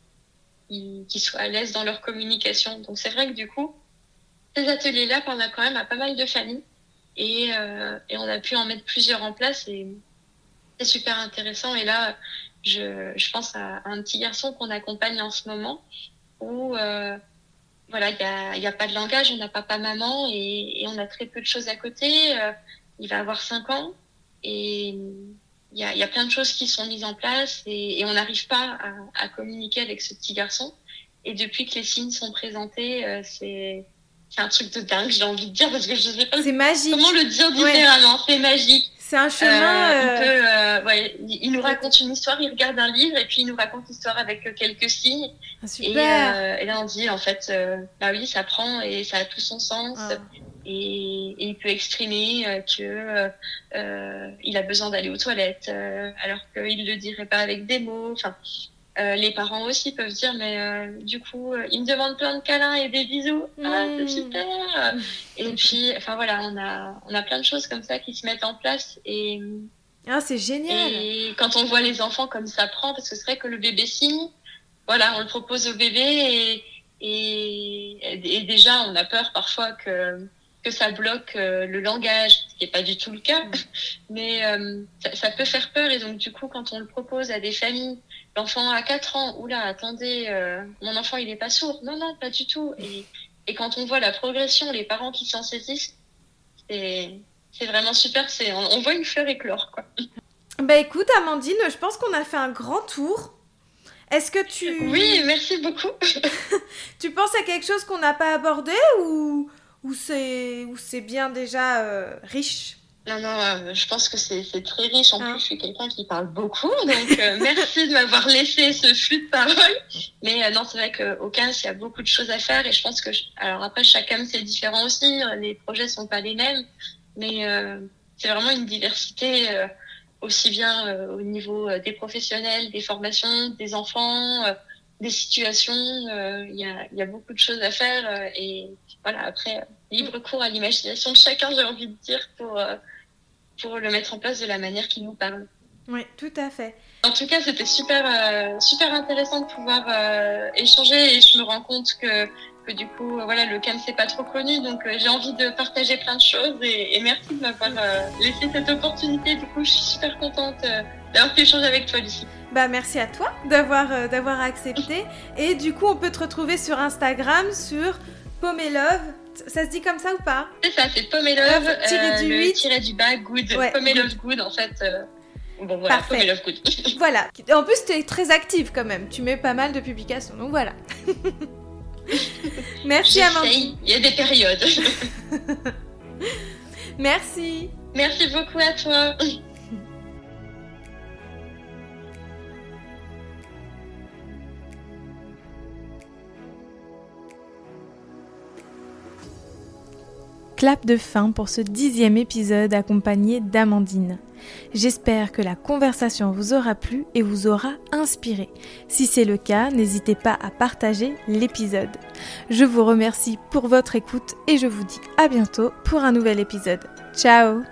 qui soient à l'aise dans leur communication. Donc c'est vrai que du coup, ces ateliers-là parlent quand même à pas mal de familles et on a pu en mettre plusieurs en place et c'est super intéressant. Et là, je pense à un petit garçon qu'on accompagne en ce moment où voilà, il y a pas de langage, on n'a papa-maman et on a très peu de choses à côté. Il va avoir 5 ans et il y a plein de choses qui sont mises en place et on n'arrive pas à communiquer avec ce petit garçon. Et depuis que les signes sont présentés, c'est un truc de dingue, j'ai envie de dire, parce que je sais pas comment le dire différemment. C'est magique. C'est un chemin. Il nous raconte une histoire, il regarde un livre et puis il nous raconte l'histoire avec quelques signes. Super. Et là, on dit, en fait, oui, ça prend et ça a tout son sens. Et il peut exprimer que il a besoin d'aller aux toilettes, alors qu'il le dirait pas avec des mots. Enfin, les parents aussi peuvent dire, mais du coup, il me demande plein de câlins et des bisous. Ah, c'est super. Et puis, enfin voilà, on a plein de choses comme ça qui se mettent en place et c'est génial. Et quand on voit les enfants comme ça prend, parce que c'est vrai que le bébé signe, voilà, on le propose au bébé et déjà on a peur parfois que ça bloque le langage, ce qui n'est pas du tout le cas, mais ça peut faire peur. Et donc du coup, quand on le propose à des familles, l'enfant a 4 ans, oula, attendez, mon enfant il n'est pas sourd, non, pas du tout. Et quand on voit la progression, les parents qui s'en saisissent, c'est vraiment super, on voit une fleur éclore, quoi. Bah écoute Amandine, je pense qu'on a fait un grand tour. Est-ce que tu... Oui, merci beaucoup. Tu penses à quelque chose qu'on n'a pas abordé ou c'est bien déjà riche? Non, je pense que c'est très riche. En plus, je suis quelqu'un qui parle beaucoup. Donc, merci de m'avoir laissé ce flux de parole. Mais non, c'est vrai qu'au CAMS, il y a beaucoup de choses à faire. Et je pense que... Alors après, chaque CAMS, c'est différent aussi. Les projets sont pas les mêmes. Mais c'est vraiment une diversité aussi bien au niveau des professionnels, des formations, des enfants, des situations. Il y a beaucoup de choses à faire. Et voilà, après, libre cours à l'imagination de chacun, j'ai envie de dire, pour le mettre en place de la manière qui nous parle. Oui, tout à fait. En tout cas, c'était super intéressant de pouvoir échanger et je me rends compte que du coup, voilà, le CAMS c'est pas trop connu, donc j'ai envie de partager plein de choses et merci de m'avoir laissé cette opportunité. Du coup, je suis super contente d'avoir pu échanger avec toi, Lucie. Bah, merci à toi d'avoir accepté. Et du coup, on peut te retrouver sur Instagram, sur Pomelove. Ça se dit comme ça ou pas? C'est ça, c'est Pomelove, tiré du bas, good. Ouais, Pomelove good, en fait. Bon, voilà, parfait. Pomelove good. Voilà. En plus, tu es très active quand même. Tu mets pas mal de publications, donc voilà. Merci, Amandine. Il y a des périodes. Merci. Merci beaucoup à toi. Clap de fin pour ce 10e épisode accompagné d'Amandine. J'espère que la conversation vous aura plu et vous aura inspiré. Si c'est le cas, n'hésitez pas à partager l'épisode. Je vous remercie pour votre écoute et je vous dis à bientôt pour un nouvel épisode. Ciao!